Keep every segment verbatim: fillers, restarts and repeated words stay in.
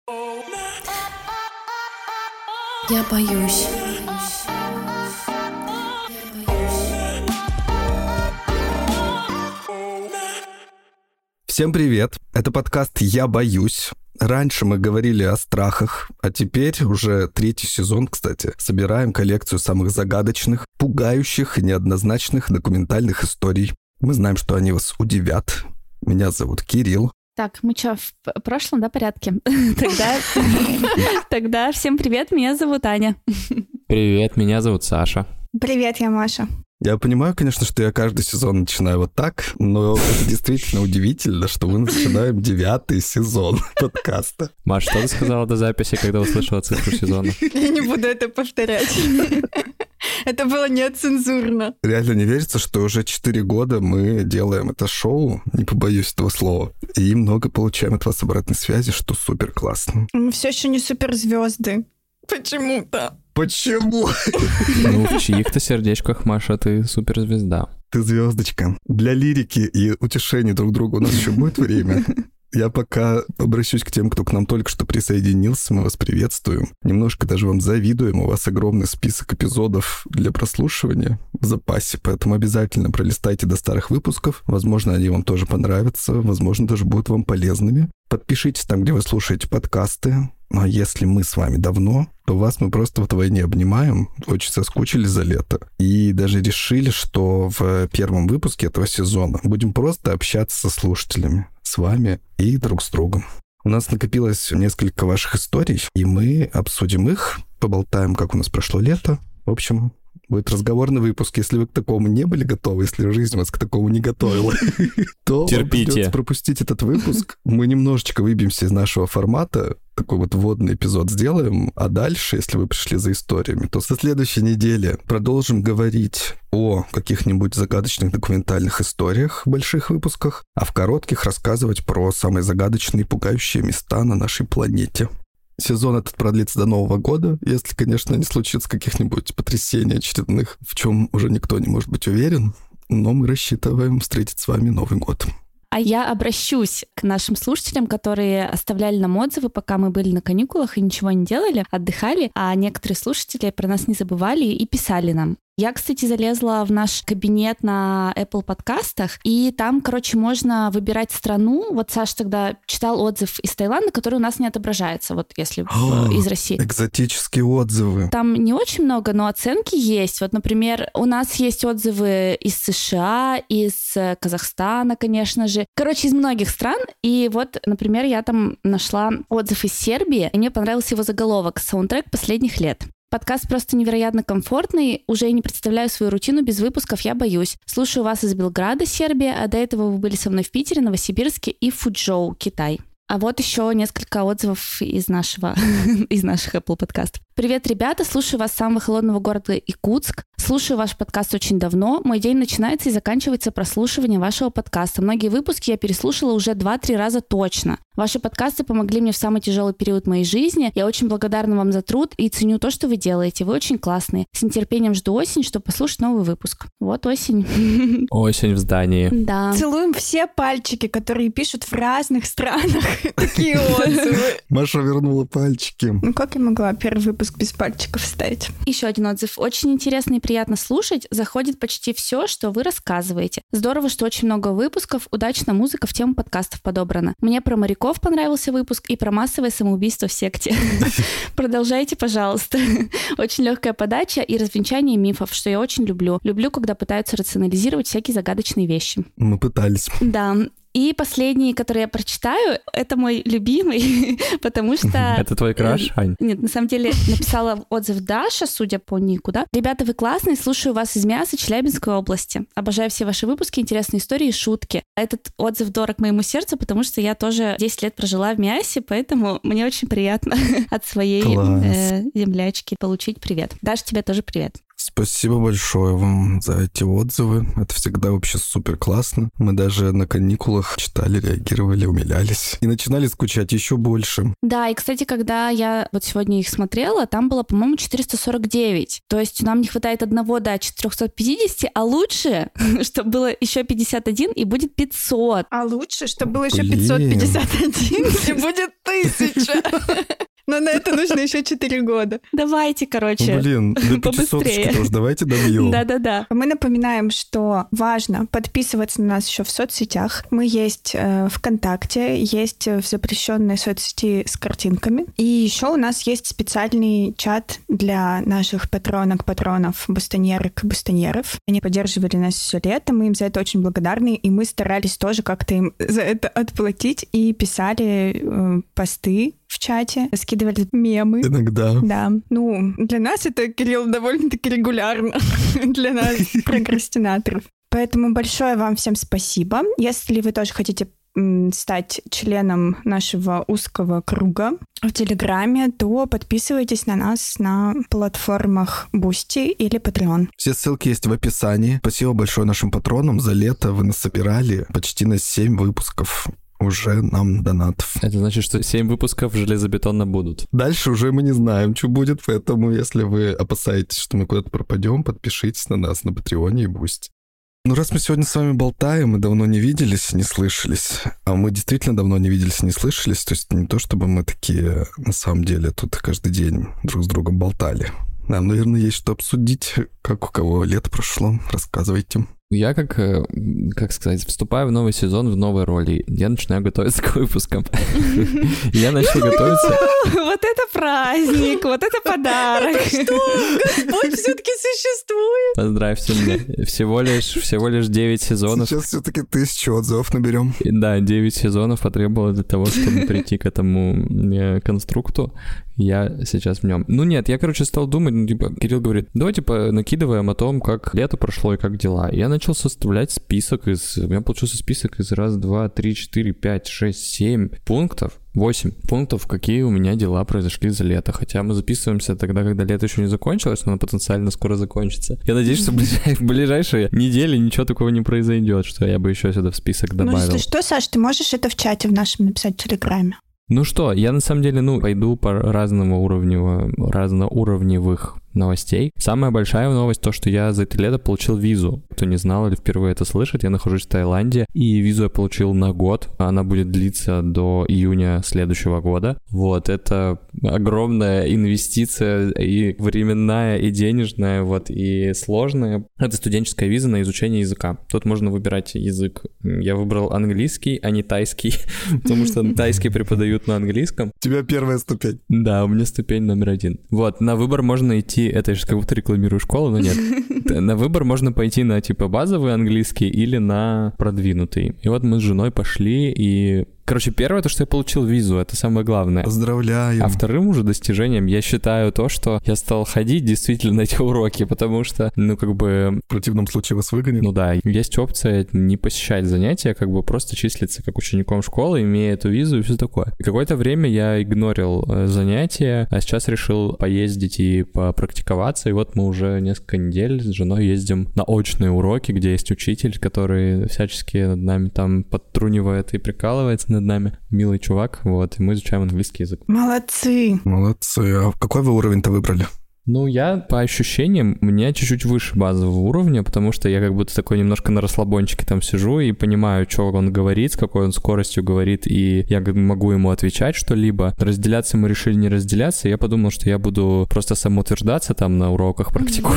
Я боюсь. Всем привет! Это подкаст «Я боюсь». Раньше мы говорили о страхах, а теперь уже третий сезон, кстати, собираем коллекцию самых загадочных, пугающих и неоднозначных документальных историй. Мы знаем, что они вас удивят. Меня зовут Кирилл. Так, мы что, в прошлом, да, порядке? Тогда, тогда всем привет, меня зовут Аня. Привет, меня зовут Саша. Привет, я Маша. Я понимаю, конечно, что я каждый сезон начинаю вот так, но это действительно удивительно, что мы начинаем девятый сезон подкаста. Маш, что ты сказала до записи, когда услышала цифру сезона? Я не буду это повторять. Это было нецензурно. Реально не верится, что уже четыре года мы делаем это шоу, не побоюсь этого слова, и много получаем от вас обратной связи, что супер классно. Мы все еще не суперзвезды. Почему-то. Почему? Ну, в чьих-то сердечках, Маша, ты суперзвезда. Ты звездочка. Для лирики и утешения друг друга у нас еще будет время. Я пока обращусь к тем, кто к нам только что присоединился. Мы вас приветствуем. Немножко даже вам завидуем. У вас огромный список эпизодов для прослушивания в запасе, поэтому обязательно пролистайте до старых выпусков. Возможно, они вам тоже понравятся, возможно, даже будут вам полезными. Подпишитесь там, где вы слушаете подкасты. А если мы с вами давно, то вас мы просто вдвойне обнимаем, очень соскучились за лето. И даже решили, что в первом выпуске этого сезона будем просто общаться со слушателями, с вами и друг с другом. У нас накопилось несколько ваших историй, и мы обсудим их, поболтаем, как у нас прошло лето. В общем, будет разговорный выпуск. Если вы к такому не были готовы, если жизнь вас к такому не готовила, то вам придется пропустить этот выпуск. Мы немножечко выбьемся из нашего формата, такой вот вводный эпизод сделаем, а дальше, если вы пришли за историями, то со следующей недели продолжим говорить о каких-нибудь загадочных документальных историях в больших выпусках, а в коротких рассказывать про самые загадочные и пугающие места на нашей планете. Сезон этот продлится до Нового года, если, конечно, не случится каких-нибудь потрясений очередных, в чем уже никто не может быть уверен, но мы рассчитываем встретить с вами Новый год. А я обращусь к нашим слушателям, которые оставляли нам отзывы, пока мы были на каникулах и ничего не делали, отдыхали, а некоторые слушатели про нас не забывали и писали нам. Я, кстати, залезла в наш кабинет на Apple подкастах, и там, короче, можно выбирать страну. Вот Саша тогда читал отзыв из Таиланда, который у нас не отображается, вот если О, из России. Экзотические отзывы. Там не очень много, но оценки есть. Вот, например, у нас есть отзывы из США, из Казахстана, конечно же. Короче, из многих стран. И вот, например, я там нашла отзыв из Сербии, и мне понравился его заголовок «Саундтрек последних лет». Подкаст просто невероятно комфортный. Уже и не представляю свою рутину без выпусков, я боюсь. Слушаю вас из Белграда, Сербия, а до этого вы были со мной в Питере, Новосибирске и Фуджоу, Китай. А вот еще несколько отзывов из нашего, из наших Apple подкастов. Привет, ребята, слушаю вас с самого холодного города Якутск. Слушаю ваш подкаст очень давно. Мой день начинается и заканчивается прослушиванием вашего подкаста. Многие выпуски я переслушала уже два-три раза точно. Ваши подкасты помогли мне в самый тяжелый период моей жизни. Я очень благодарна вам за труд и ценю то, что вы делаете. Вы очень классные. С нетерпением жду осень, чтобы послушать новый выпуск. Вот осень. Осень в здании. Да. Целуем все пальчики, которые пишут в разных странах такие отзывы. Маша вернула пальчики. Ну как я могла первый выпуск без пальчиков вставить? Еще один отзыв. Очень интересно и приятно слушать. Заходит почти все, что вы рассказываете. Здорово, что очень много выпусков. Удачно музыка в тему подкастов подобрана. Мне про моряков понравился выпуск и про массовое самоубийство в секте. Продолжайте, пожалуйста. Очень легкая подача и развенчание мифов, что я очень люблю. Люблю, когда пытаются рационализировать всякие загадочные вещи. Мы пытались. Да. И последний, который я прочитаю, это мой любимый, потому что... Это твой краш, Ань? Нет, на самом деле написала отзыв Даша, судя по нику, да? Ребята, вы классные, слушаю вас из Миассы, Челябинской области. Обожаю все ваши выпуски, интересные истории и шутки. Этот отзыв дорог моему сердцу, потому что я тоже десять лет прожила в Миассе, поэтому мне очень приятно от своей э, землячки получить привет. Даша, тебе тоже привет. Спасибо большое вам за эти отзывы. Это всегда вообще супер классно. Мы даже на каникулах читали, реагировали, умилялись. И начинали скучать еще больше. Да, и, кстати, когда я вот сегодня их смотрела, там было, по-моему, четыреста сорок девять. То есть нам не хватает одного до четыреста пятьдесят, а лучше, чтобы было еще пятьдесят один и будет пятьсот. А лучше, чтобы было еще пятьсот пятьдесят один и будет тысяча. нужно еще четыре года. Давайте, короче, Блин, до побыстрее. пятисоточки тоже давайте добьем. Да-да-да. Мы напоминаем, что важно подписываться на нас еще в соцсетях. Мы есть э, ВКонтакте, есть в запрещенной соцсети с картинками. И еще у нас есть специальный чат для наших патронок, патронов, бастоньерок, бастоньеров. Они поддерживали нас все лето, мы им за это очень благодарны, и мы старались тоже как-то им за это отплатить и писали э, посты в чате, скидывали мемы. Иногда. Да. Ну, для нас это, Кирилл, довольно-таки регулярно. Для нас, прокрастинаторов. Поэтому большое вам всем спасибо. Если вы тоже хотите м, стать членом нашего узкого круга в Телеграме, то подписывайтесь на нас на платформах Boosty или Patreon. Все ссылки есть в описании. Спасибо большое нашим патронам. За лето вы насобирали почти на семь выпусков уже нам донатов. Это значит, что семь выпусков железобетонно будут. Дальше уже мы не знаем, что будет, поэтому если вы опасаетесь, что мы куда-то пропадем, подпишитесь на нас на Патреоне и Бусти. Ну, раз мы сегодня с вами болтаем, мы давно не виделись, не слышались, а мы действительно давно не виделись, не слышались, то есть не то, чтобы мы такие, на самом деле, тут каждый день друг с другом болтали. Нам, наверное, есть что обсудить, как у кого лето прошло, рассказывайте. Я, как, э, как сказать, вступаю в новый сезон в новой роли. Я начинаю готовиться к выпускам. Я начал готовиться... Вот это праздник, вот это подарок. Что? Господь все-таки существует. Поздравьте меня. Всего лишь, всего лишь девять сезонов. Сейчас все-таки тысячу отзывов наберем. И да, девять сезонов потребовалось для того, чтобы прийти к этому э, конструкту. Я сейчас в нем. Ну нет, я, короче, стал думать, ну, типа, Кирилл говорит, давай, типа, накидываем о том, как лето прошло и как дела. И я начал составлять список из... У меня получился список из раз, два, три, четыре, пять, шесть, семь пунктов. Восемь пунктов, какие у меня дела произошли за лето. Хотя мы записываемся тогда, когда лето еще не закончилось, но оно потенциально скоро закончится. Я надеюсь, что в ближайшие недели ничего такого не произойдет, что я бы еще сюда в список добавил. Ну, если что, Саш, ты можешь это в чате в нашем написать в Телеграме. Ну что, я на самом деле, ну, пойду по разному уровню, разноуровневых новостей. Самая большая новость то, что я за это лето получил визу. Кто не знал или впервые это слышит, я нахожусь в Таиланде, и визу я получил на год. Она будет длиться до июня следующего года. Вот, это огромная инвестиция и временная, и денежная, вот, и сложная. Это студенческая виза на изучение языка. Тут можно выбирать язык. Я выбрал английский, а не тайский, потому что тайский преподают на английском. У тебя первая ступень. Да, у меня ступень номер один. Вот, на выбор можно идти, это я сейчас как будто рекламирую школу, но нет. На выбор можно пойти на типа базовый английский или на продвинутый. И вот мы с женой пошли, и... Короче, первое, то, что я получил визу, это самое главное. Поздравляю. А вторым уже достижением я считаю то, что я стал ходить действительно на эти уроки, потому что, ну, как бы... В противном случае вас выгонят. Ну да, есть опция не посещать занятия, как бы просто числиться как учеником школы, имея эту визу и все такое. И какое-то время я игнорил занятия, а сейчас решил поездить и попрактиковаться, и вот мы уже несколько недель с женой ездим на очные уроки, где есть учитель, который всячески над нами там подтрунивает и прикалывается над нами. Милый чувак, вот, и мы изучаем английский язык. Молодцы. Молодцы. А какой вы уровень-то выбрали? Ну, я, по ощущениям, у меня чуть-чуть выше базового уровня, потому что я как будто такой немножко на расслабончике там сижу и понимаю, что он говорит, с какой он скоростью говорит, и я могу ему отвечать что-либо. Разделяться мы решили не разделяться, и я подумал, что я буду просто самоутверждаться там на уроках,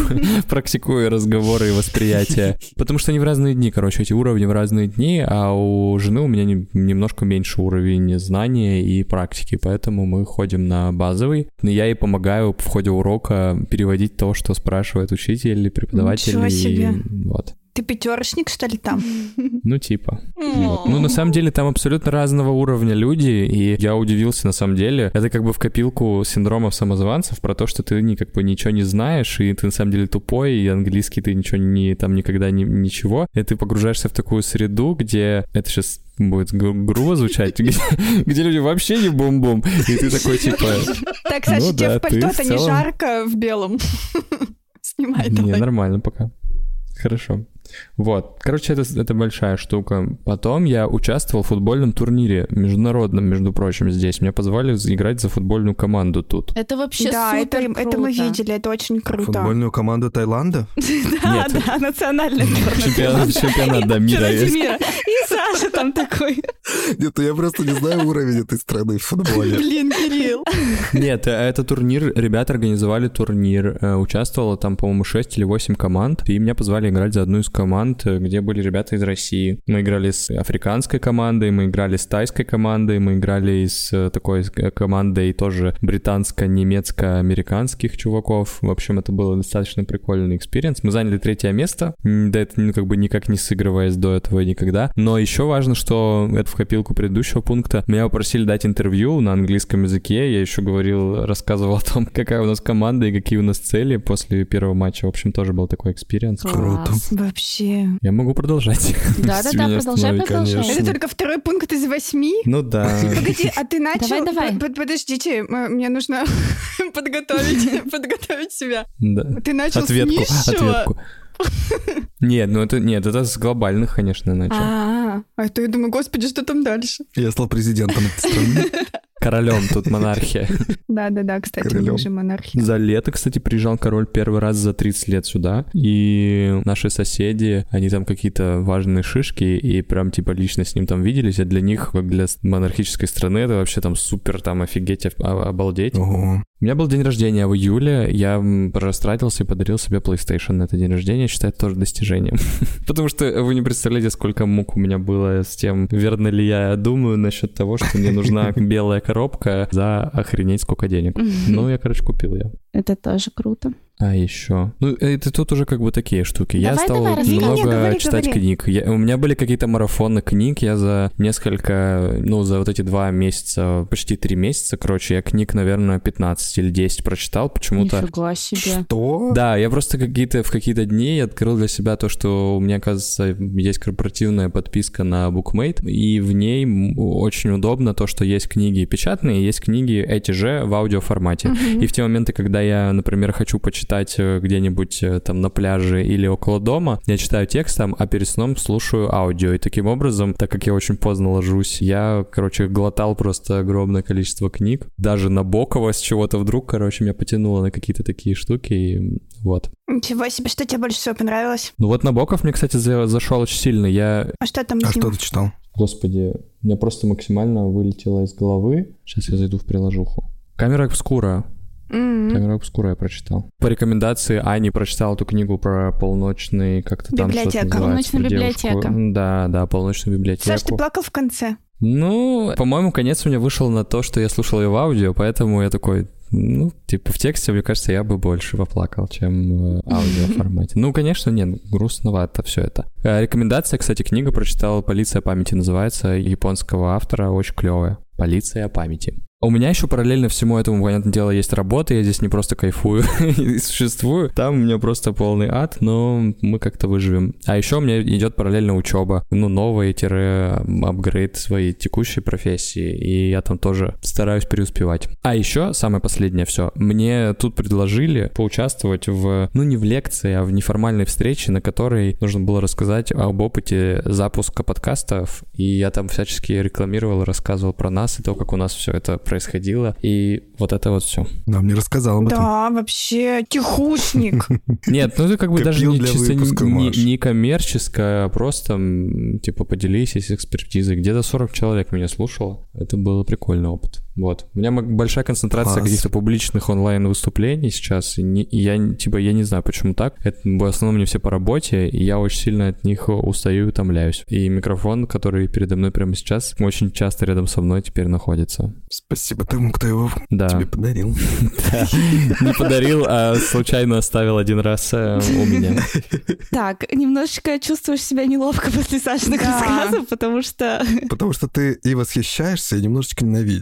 практикуя разговоры и восприятие. Потому что они в разные дни, короче, эти уровни в разные дни, а у жены у меня немножко меньше уровень знания и практики, поэтому мы ходим на базовый. Я ей помогаю в ходе урока переводить то, что спрашивает учитель или преподаватель. Ничего себе. И... Вот. Ты пятерочник, что ли, там? Ну, типа. Вот. Ну, на самом деле, там абсолютно разного уровня люди, и я удивился, на самом деле. Это как бы в копилку синдромов самозванцев про то, что ты не, как бы ничего не знаешь, и ты на самом деле тупой, и английский ты ничего не, там никогда не, ничего. И ты погружаешься в такую среду, где это сейчас будет гру- грубо звучать, где, где люди вообще не бум-бум, и ты такой, типа... Так, Саша, ну, тебе да, в пальто-то в не целом... жарко в белом? Снимай Не, давай. нормально пока. Хорошо. Вот. Короче, это, это большая штука. Потом я участвовал в футбольном турнире, международном, между прочим, здесь. Меня позвали играть за футбольную команду тут. Это вообще Да, это, супер круто. это мы видели, это очень круто. Футбольную команду Таиланда? Да, Нет. да, национальная сборная. Чемпионат, чемпионат да, мира Чемпионат есть. мира. И Саша там такой. Нет, ну я просто не знаю уровень этой страны в футболе. Блин, Кирилл. Нет, это турнир, ребята организовали турнир. Э, Участвовало там, по-моему, шесть или восемь команд, и меня позвали играть за одну из команд, э, где были ребята из России. Мы играли с африканской командой, мы играли с тайской командой, мы играли с э, такой э, командой тоже британско-немецко-американских чуваков. В общем, это был достаточно прикольный экспириенс. Мы заняли третье место, м, да это ну, как бы никак не сыгрываясь до этого никогда. Но еще важно, что это в копилку предыдущего пункта. Меня попросили дать интервью на английском языке. Я еще говорил, рассказывал о том, какая у нас команда и какие у нас цели после первого матча. В общем, тоже был такой экспириенс. Круто. Вообще. Я могу продолжать. Да-да-да, Если меня продолжай, остановить, продолжай. конечно. Это только второй пункт из восьми? Ну да. Погоди, а ты начал... Давай, давай. Под- Подождите, м- мне нужно подготовить, подготовить себя. Да. Ты начал Ответку, с низшего? ответку. Нет, ну это нет, это с глобальных, конечно, начал. А, а то я думаю, господи, что там дальше? Я стал президентом этой страны. Королем тут монархия. Да-да-да, кстати, у Королём. них же монархия. За лето, кстати, приезжал король первый раз за тридцать лет сюда, и наши соседи, они там какие-то важные шишки, и прям типа лично с ним там виделись, а для них, как для монархической страны, это вообще там супер, там офигеть, о- обалдеть. Ого. У меня был день рождения в июле, я м, растратился и подарил себе PlayStation на этот день рождения, считаю это тоже достижением. Потому что вы не представляете, сколько мук у меня было с тем, верно ли я думаю насчет того, что мне нужна белая коробка за охренеть сколько денег. Ну, я, короче, купил ее. Это тоже круто. А еще. Ну, это тут уже как бы такие штуки. Я Давай, стал давай, рассказывай. много Не, не, говори, читать говори. книг. Я- у меня были какие-то марафоны книг. Я за несколько, ну, за вот эти два месяца, почти три месяца, короче, я книг, наверное, пятнадцать или десять прочитал. Почему-то Нифига себе. Что? да, я просто какие-то в какие-то дни открыл для себя то, что у меня, оказывается, есть корпоративная подписка на Bookmate, и в ней м, очень удобно то, что есть книги печатные, есть книги эти же в аудиоформате. И в те моменты, когда я, например, хочу почитать э, где-нибудь э, там на пляже или около дома, я читаю текстом, а перед сном слушаю аудио. И таким образом, так как я очень поздно ложусь, я, короче, глотал просто огромное количество книг. Даже Набокова с чего-то вдруг, короче, меня потянуло на какие-то такие штуки, и вот. Ничего себе, что тебе больше всего понравилось? Ну вот Набоков мне, кстати, за- зашел очень сильно. Я, А что там А с ним? что ты читал? господи, у меня просто максимально вылетело из головы. Сейчас я зайду в приложуху. Камера обскура. М. Камера обскура я прочитал. По рекомендации Ани прочитал эту книгу про полночный, как-то там что-то Библиотека. называется. Полночная про девушку. библиотека. Да, да, полночную библиотеку. Саш, ты плакал в конце? Ну, по-моему, конец у меня вышел на то, что я слушал ее в аудио, поэтому я такой, ну, типа в тексте, мне кажется, я бы больше поплакал, чем в аудиоформате. Ну, конечно, нет, грустновато все это. Э, Рекомендация, кстати, книга прочитал «Полиция памяти» называется, японского автора, очень клевая. «Полиция памяти». У меня еще параллельно всему этому, понятное дело, есть работа, я здесь не просто кайфую и существую, там у меня просто полный ад, но мы как-то выживем. А еще у меня идет параллельно учеба, ну, новая-апгрейд своей текущей профессии, и я там тоже стараюсь преуспевать. А еще, самое последнее все, мне тут предложили поучаствовать в, ну, не в лекции, а в неформальной встрече, на которой нужно было рассказать об опыте запуска подкастов, и я там всячески рекламировал, рассказывал про нас и то, как у нас все это происходило, и вот это вот все. Нам не рассказал об этом. Да, вообще, тихушник. Нет, ну это как бы даже Копил не для чисто не, выпуска, не- Маш. не коммерческое, а просто м, типа поделись из экспертизой. Где-то сорок человек меня слушало. Это был прикольный опыт. Вот. У меня м- большая концентрация Класс. каких-то публичных онлайн-выступлений сейчас. И, не- и я типа я не знаю, почему так. Это в основном не все по работе, и я очень сильно от них устаю и утомляюсь. И микрофон, который передо мной прямо сейчас, очень часто рядом со мной теперь находится. Спасибо тому, кто его Да. тебе подарил. Да. Не подарил, а случайно оставил один раз э, у меня. Так, немножечко чувствуешь себя неловко после Сашиных Да. рассказов, потому что... Потому что ты и восхищаешься, и немножечко ненавидишь. Да-да-да.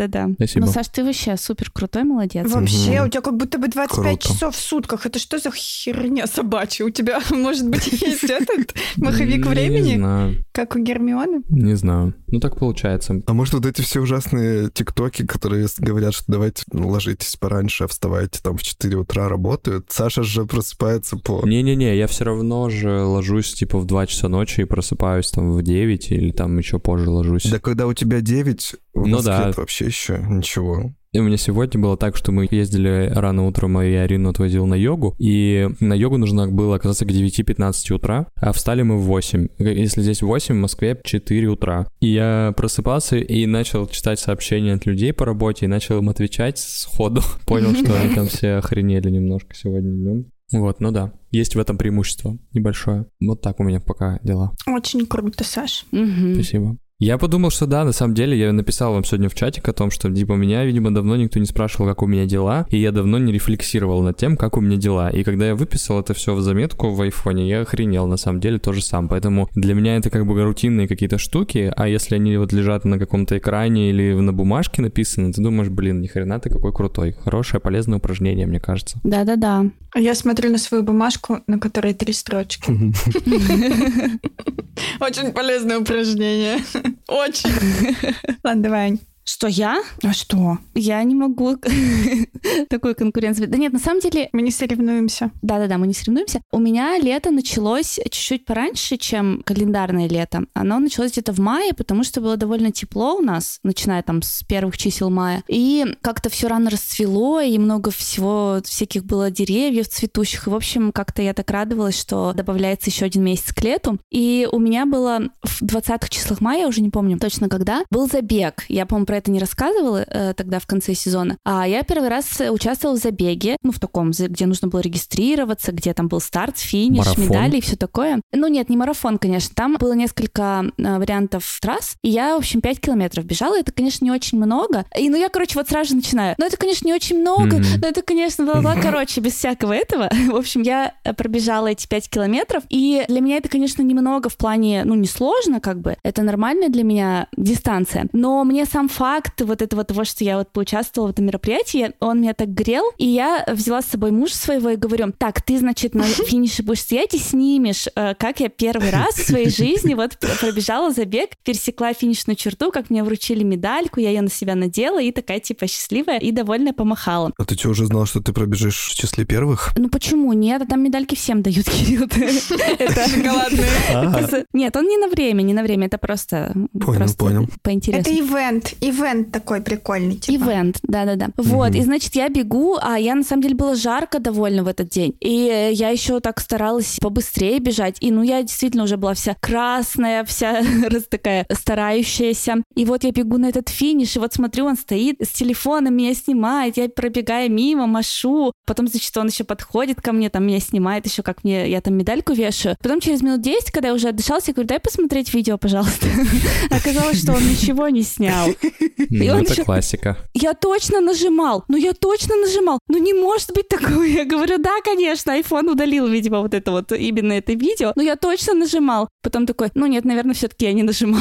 Да-да-да. Спасибо. Ну, Саш, ты вообще супер крутой, молодец. Вообще, Мгм. у тебя как будто бы двадцать пять Круто. часов в сутках. Это что за херня собачья? У тебя, может быть, есть этот маховик Не времени, знаю, как у Гермионы? не знаю. Ну, так получается. А может, вот эти все ужасные тиктоки, которые с- говорят, что давайте ну, ложитесь пораньше, а вставайте там в четыре утра, работают. Саша же просыпается по... Не-не-не, я все равно же ложусь типа в два часа ночи и просыпаюсь там в девять или там еще позже ложусь. Да когда у тебя девять, в Ну Москве да. это вообще еще ничего. И у меня сегодня было так, что мы ездили рано утром, и я Арину отвозил на йогу, и на йогу нужно было оказаться к девяти пятнадцати утра, а встали мы в восемь. Если здесь восемь, в Москве четыре утра. И я просыпался и начал читать сообщения от людей по работе, и начал им отвечать сходу. Понял, что они там все охренели немножко сегодня днем. Вот, ну да, есть в этом преимущество небольшое. Вот так у меня пока дела. Очень круто, Саш. Мгм. Спасибо. Я подумал, что да, на самом деле, я написал вам сегодня в чатик о том, что, типа, меня, видимо, давно никто не спрашивал, как у меня дела, и я давно не рефлексировал над тем, как у меня дела. И когда я выписал это все в заметку в айфоне, я охренел, на самом деле, тоже сам. Поэтому для меня это как бы рутинные какие-то штуки, а если они вот лежат на каком-то экране или на бумажке написаны, ты думаешь, блин, ни хрена ты какой крутой. Хорошее, полезное упражнение, мне кажется. Да-да-да. А я смотрю на свою бумажку, на которой три строчки. Очень полезное упражнение. Очень. Ладно, давай, Ань. Что, я? А что? Я не могу такой конкуренции. Да нет, на самом деле, Мы не соревнуемся. да-да-да, мы не соревнуемся. У меня лето началось чуть-чуть пораньше, чем календарное лето. Оно началось где-то в мае, потому что было довольно тепло у нас, начиная там с первых чисел мая. И как-то все рано расцвело, и много всего, всяких было деревьев цветущих. И, в общем, как-то я так радовалась, что добавляется еще один месяц к лету. И у меня было в двадцатых числах мая, я уже не помню точно когда, был забег. Я, по-моему, про это не рассказывала э, тогда в конце сезона. А я первый раз участвовала в забеге, ну, в таком, за- где нужно было регистрироваться, где там был старт, финиш, Марафон? медали и все такое. Ну, нет, не марафон, конечно. Там было несколько э, вариантов трасс, и я, в общем, пять километров бежала. Это, конечно, не очень много. И, ну, я, короче, вот сразу же начинаю. Ну, это, конечно, не очень много, Мгм. но это, конечно, бла-бла. Короче, без всякого этого. В общем, я э, пробежала эти пять километров, и для меня это, конечно, немного в плане, ну, несложно, как бы. Это нормальная для меня дистанция. Но мне сам факт вот этого того, что я вот поучаствовала в этом мероприятии, он меня так грел, и я взяла с собой мужа своего и говорю: так, ты, значит, на финише будешь стоять и снимешь, э, как я первый раз в своей жизни вот пробежала забег, пересекла финишную черту, как мне вручили медальку, я ее на себя надела и такая, типа, счастливая и довольная помахала. А ты что, уже знал, что ты пробежишь в числе первых? Ну почему нет? А там медальки всем дают, Кирилл. Это Шоколадные. просто- Нет, он не на время, не на время, это просто Понял, просто понял. по интересу. Это ивент. Ивент такой прикольный, типа. Ивент, да-да-да. Вот, Мгм. и значит, я бегу, а я на самом деле было жарко довольно в этот день. И э, я еще так старалась побыстрее бежать. И ну я действительно уже была вся красная, вся раз такая старающаяся. И вот я бегу на этот финиш, и вот смотрю, он стоит с телефоном, меня снимает, я пробегаю мимо, машу. Потом, значит, он еще подходит ко мне, там меня снимает еще, как мне, я там медальку вешаю. Потом через минут десять, когда я уже отдышалась, я говорю: дай посмотреть видео, пожалуйста. Оказалось, что он ничего не снял. Ну, И он это ещё- классика. Я точно нажимал, ну я точно нажимал, ну не может быть такого. Я говорю: да, конечно, iPhone удалил, видимо, вот это вот, именно это видео, но я точно нажимал. Потом такой: ну нет, наверное, все-таки я не нажимал.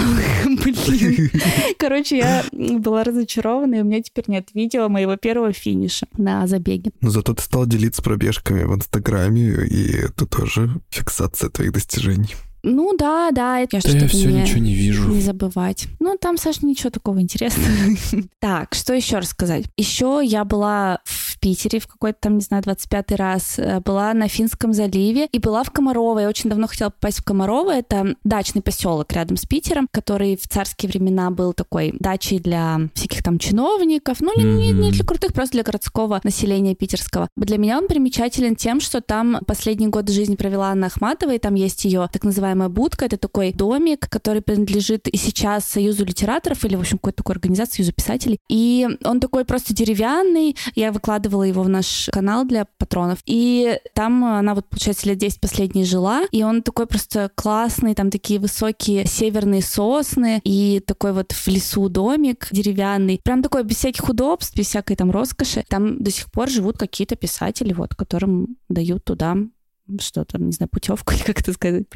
Блин. Короче, я была разочарована, и у меня теперь нет видео моего первого финиша на забеге. Но зато ты стал делиться пробежками в Инстаграме, и это тоже фиксация твоих достижений. Ну да, да, это, Да чтобы я все не- ничего не вижу. Не забывать. Ну, там, Саша, ничего такого интересного. Так, что еще рассказать? Еще я была в Питере в какой-то там, не знаю, двадцать пятый раз. э, Была на Финском заливе и была в Комарово. Я очень давно хотела попасть в Комарово. Это дачный поселок рядом с Питером, который в царские времена был такой дачей для всяких там чиновников. Ну, не, не- не для крутых, просто для городского населения питерского. Для меня он примечателен тем, что там последний год жизни провела Анна Ахматова, и там есть ее так называемая будка. Это такой домик, который принадлежит и сейчас Союзу литераторов или, в общем, какой-то такой организации, Союзу писателей. И он такой просто деревянный. Я выкладывала его в наш канал для патронов. И там она вот, получается, лет десять последней жила. И он такой просто классный. Там такие высокие северные сосны. И такой вот в лесу домик деревянный. Прям такой без всяких удобств, без всякой там роскоши. Там до сих пор живут какие-то писатели, вот, которым дают туда что-то, не знаю, путевку или как это сказать правильно.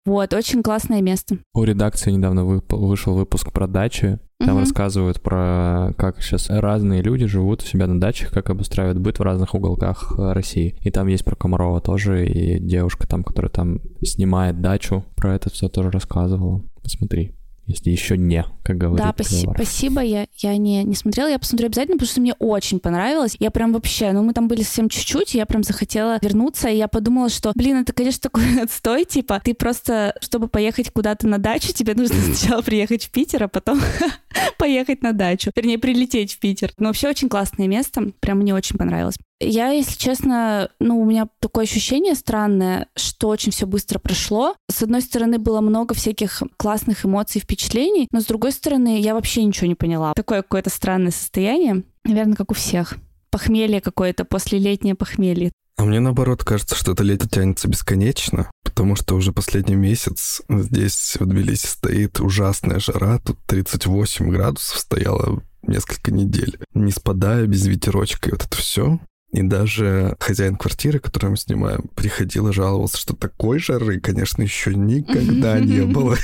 Вот, очень классное место. У редакции недавно вып- вышел выпуск про дачи. Там Мгм. рассказывают про как сейчас разные люди живут у себя на дачах, как обустраивают быт в разных уголках э, России. И там есть про Комарова тоже, и девушка там, которая там снимает дачу, про это все тоже рассказывала. Посмотри, если еще не, как говорит Да, спаси- Пивоваров. спасибо, я, я не, не смотрела, я посмотрю обязательно, потому что мне очень понравилось. Я прям вообще, ну мы там были совсем чуть-чуть, и я прям захотела вернуться, и я подумала, что, блин, это, конечно, такой отстой, типа, ты просто, чтобы поехать куда-то на дачу, тебе нужно сначала приехать в Питер, а потом поехать на дачу. Вернее, прилететь в Питер. Но вообще очень классное место, прям мне очень понравилось. Я, если честно, ну, у меня такое ощущение странное, что очень все быстро прошло. С одной стороны, было много всяких классных эмоций, впечатлений, но с другой стороны, я вообще ничего не поняла. Такое какое-то странное состояние, наверное, как у всех. Похмелье какое-то, послелетнее похмелье. А мне наоборот кажется, что это лето тянется бесконечно, потому что уже последний месяц здесь в Тбилиси стоит ужасная жара, тут тридцать восемь градусов стояло несколько недель, не спадая, без ветерочка, и вот это все. И даже хозяин квартиры, которую мы снимаем, приходил и жаловался, что такой жары, конечно, еще никогда не было.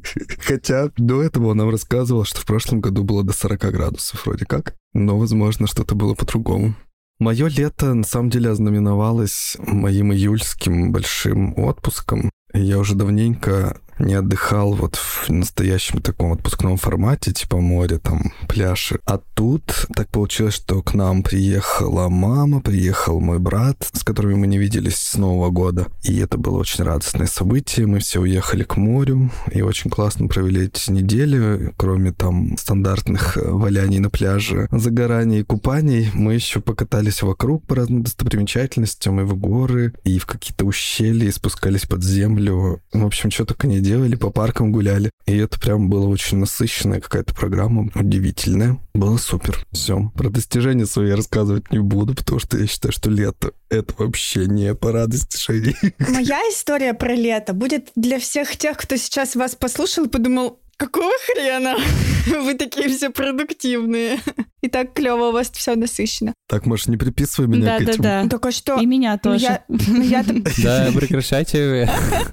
Хотя до этого он нам рассказывал, что в прошлом году было до сорок градусов вроде как, но, возможно, что-то было по-другому. Мое лето, на самом деле, ознаменовалось моим июльским большим отпуском. Я уже давненько не отдыхал вот в настоящем таком отпускном формате, типа море, там, пляж. А тут так получилось, что к нам приехала мама, приехал мой брат, с которыми мы не виделись с Нового года. И это было очень радостное событие. Мы все уехали к морю и очень классно провели эти недели. Кроме там стандартных валяний на пляже, загораний и купаний, мы еще покатались вокруг по разным достопримечательностям и в горы, и в какие-то ущелья, и спускались под землю. В общем, что только не делали, по паркам гуляли. И это прям было очень насыщенная какая-то программа, удивительная. Было супер. Все. Про достижения свои я рассказывать не буду, потому что я считаю, что лето — это вообще не пора достижений. Моя история про лето будет для всех тех, кто сейчас вас послушал и подумал: какого хрена? Вы такие все продуктивные. И так клево, у вас все насыщено. Так, может, не приписывай меня к этим. Да-да-да. Только что... И меня Ну, тоже. я- ну, я-то- Да, прекращайте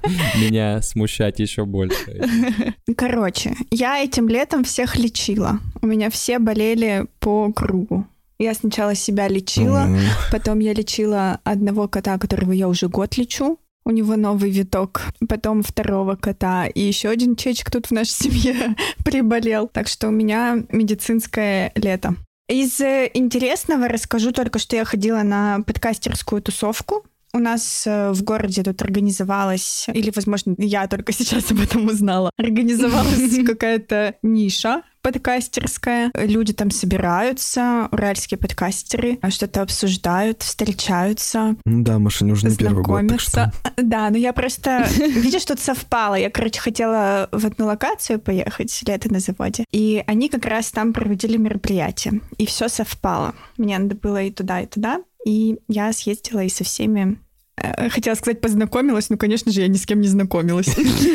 меня смущать еще больше. Короче, я этим летом всех лечила. У меня все болели по кругу. Я сначала себя лечила, М. потом я лечила одного кота, которого я уже год лечу. У него новый виток. Потом второго кота. И еще один чечек тут в нашей семье приболел. Так что у меня медицинское лето. Из э, интересного расскажу только, что я ходила на подкастерскую тусовку. У нас э, в городе тут организовалась, или, возможно, я только сейчас об этом узнала, организовалась какая-то ниша подкастерская. Люди там собираются, уральские подкастеры, что-то обсуждают, встречаются, Ну да, Маша, не уже не первый год, так что... знакомятся. Да, но я просто... Видишь, тут совпало. Я, короче, хотела в одну локацию поехать, лето на заводе, и они как раз там проводили мероприятие. И все совпало. Мне надо было и туда, и туда. И я съездила и со всеми... э, Хотела сказать, познакомилась, но, конечно же, я ни с кем не знакомилась.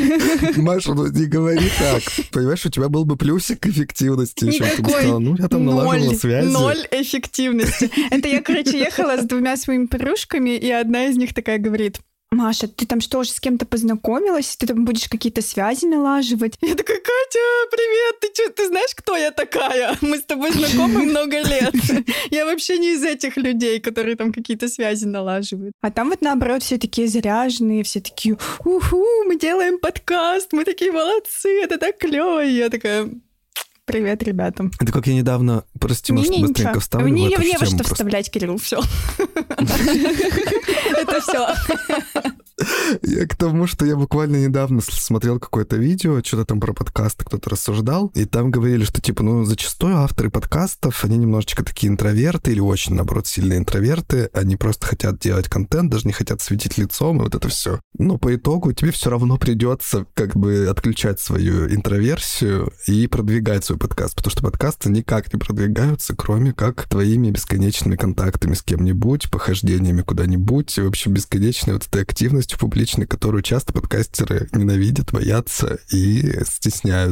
Маша, ну не говори так. Понимаешь, у тебя был бы плюсик эффективности еще. Ты бы Никакой. сказала, ну, я там налаживала Ноль, связи. ноль эффективности. Это я, короче, ехала с двумя своими подружками, и одна из них такая говорит: Маша, ты там что, уже с кем-то познакомилась? Ты там будешь какие-то связи налаживать? Я такая: Катя, привет, ты что, ты знаешь, кто я такая? Мы с тобой знакомы много лет. Я вообще не из этих людей, которые там какие-то связи налаживают. А там вот наоборот все такие заряженные, все такие: уху, мы делаем подкаст, мы такие молодцы, это так клево. И я такая: привет, ребятам. Это как я недавно, прости, может, Не-не, быстренько ничего. вставлю Мне в эту не во тему что просто. вставлять, Кирилл, все. Это все. Я к тому, что я буквально недавно с- смотрел какое-то видео, что-то там про подкасты кто-то рассуждал, и там говорили, что, типа, ну, зачастую авторы подкастов, они немножечко такие интроверты или очень, наоборот, сильные интроверты, они просто хотят делать контент, даже не хотят светить лицом, и вот это все. Но по итогу тебе все равно придется как бы отключать свою интроверсию и продвигать свой подкаст, потому что подкасты никак не продвигаются, кроме как твоими бесконечными контактами с кем-нибудь, похождениями куда-нибудь, и вообще бесконечной вот этой активностью публичной, которую часто подкастеры ненавидят, боятся и стесняются.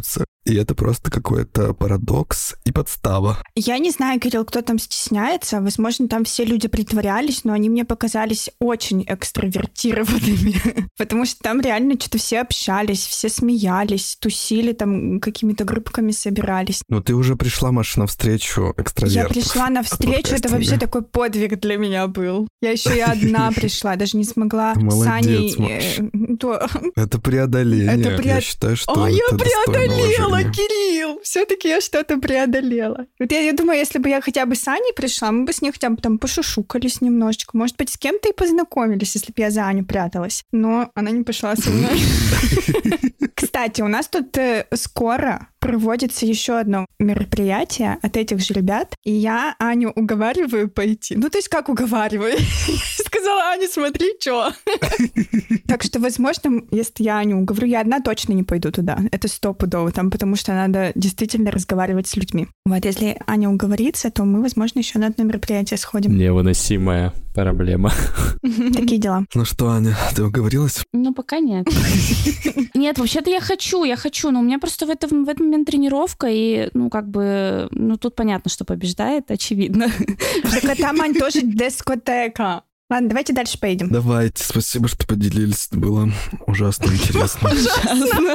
И это просто какой-то парадокс и подстава. Я не знаю, Кирилл, кто там стесняется. Возможно, там все люди притворялись, но они мне показались очень экстравертированными. Потому что там реально что-то все общались, все смеялись, тусили, там какими-то группками собирались. Но ты уже пришла, Маша, навстречу экстравертов. Я пришла навстречу, это вообще такой подвиг для меня был. Я еще и одна пришла, даже не смогла с Аней... Это преодоление. Это преод... Я считаю, что О, это я преодолела, уважения. Кирилл! Все-таки я что-то преодолела. Вот я, я думаю, если бы я хотя бы с Аней пришла, мы бы с ней хотя бы там пошушукались немножечко. Может быть, с кем-то и познакомились, если бы я за Аню пряталась. Но она не пошла со мной. Кстати, у нас тут скоро проводится еще одно мероприятие от этих же ребят, и я Аню уговариваю пойти. Ну, то есть как уговариваю? Сказала: Аня, смотри, что. Так что, возможно, если я Аню уговорю, я одна точно не пойду туда. Это стопудово там, потому что надо действительно разговаривать с людьми. Вот, если Аня уговорится, то мы, возможно, еще на одно мероприятие сходим. Невыносимая проблема. Такие дела. Ну что, Аня, ты уговорилась? Ну, пока нет. Нет, вообще-то я хочу, я хочу, но у меня просто в этом, в этот момент тренировка, и, ну, как бы, ну, тут понятно, что побеждает, очевидно. Так а там, Ань, тоже дискотека. Ладно, давайте дальше поедем. Давайте, спасибо, что поделились. Это было ужасно интересно. Ужасно.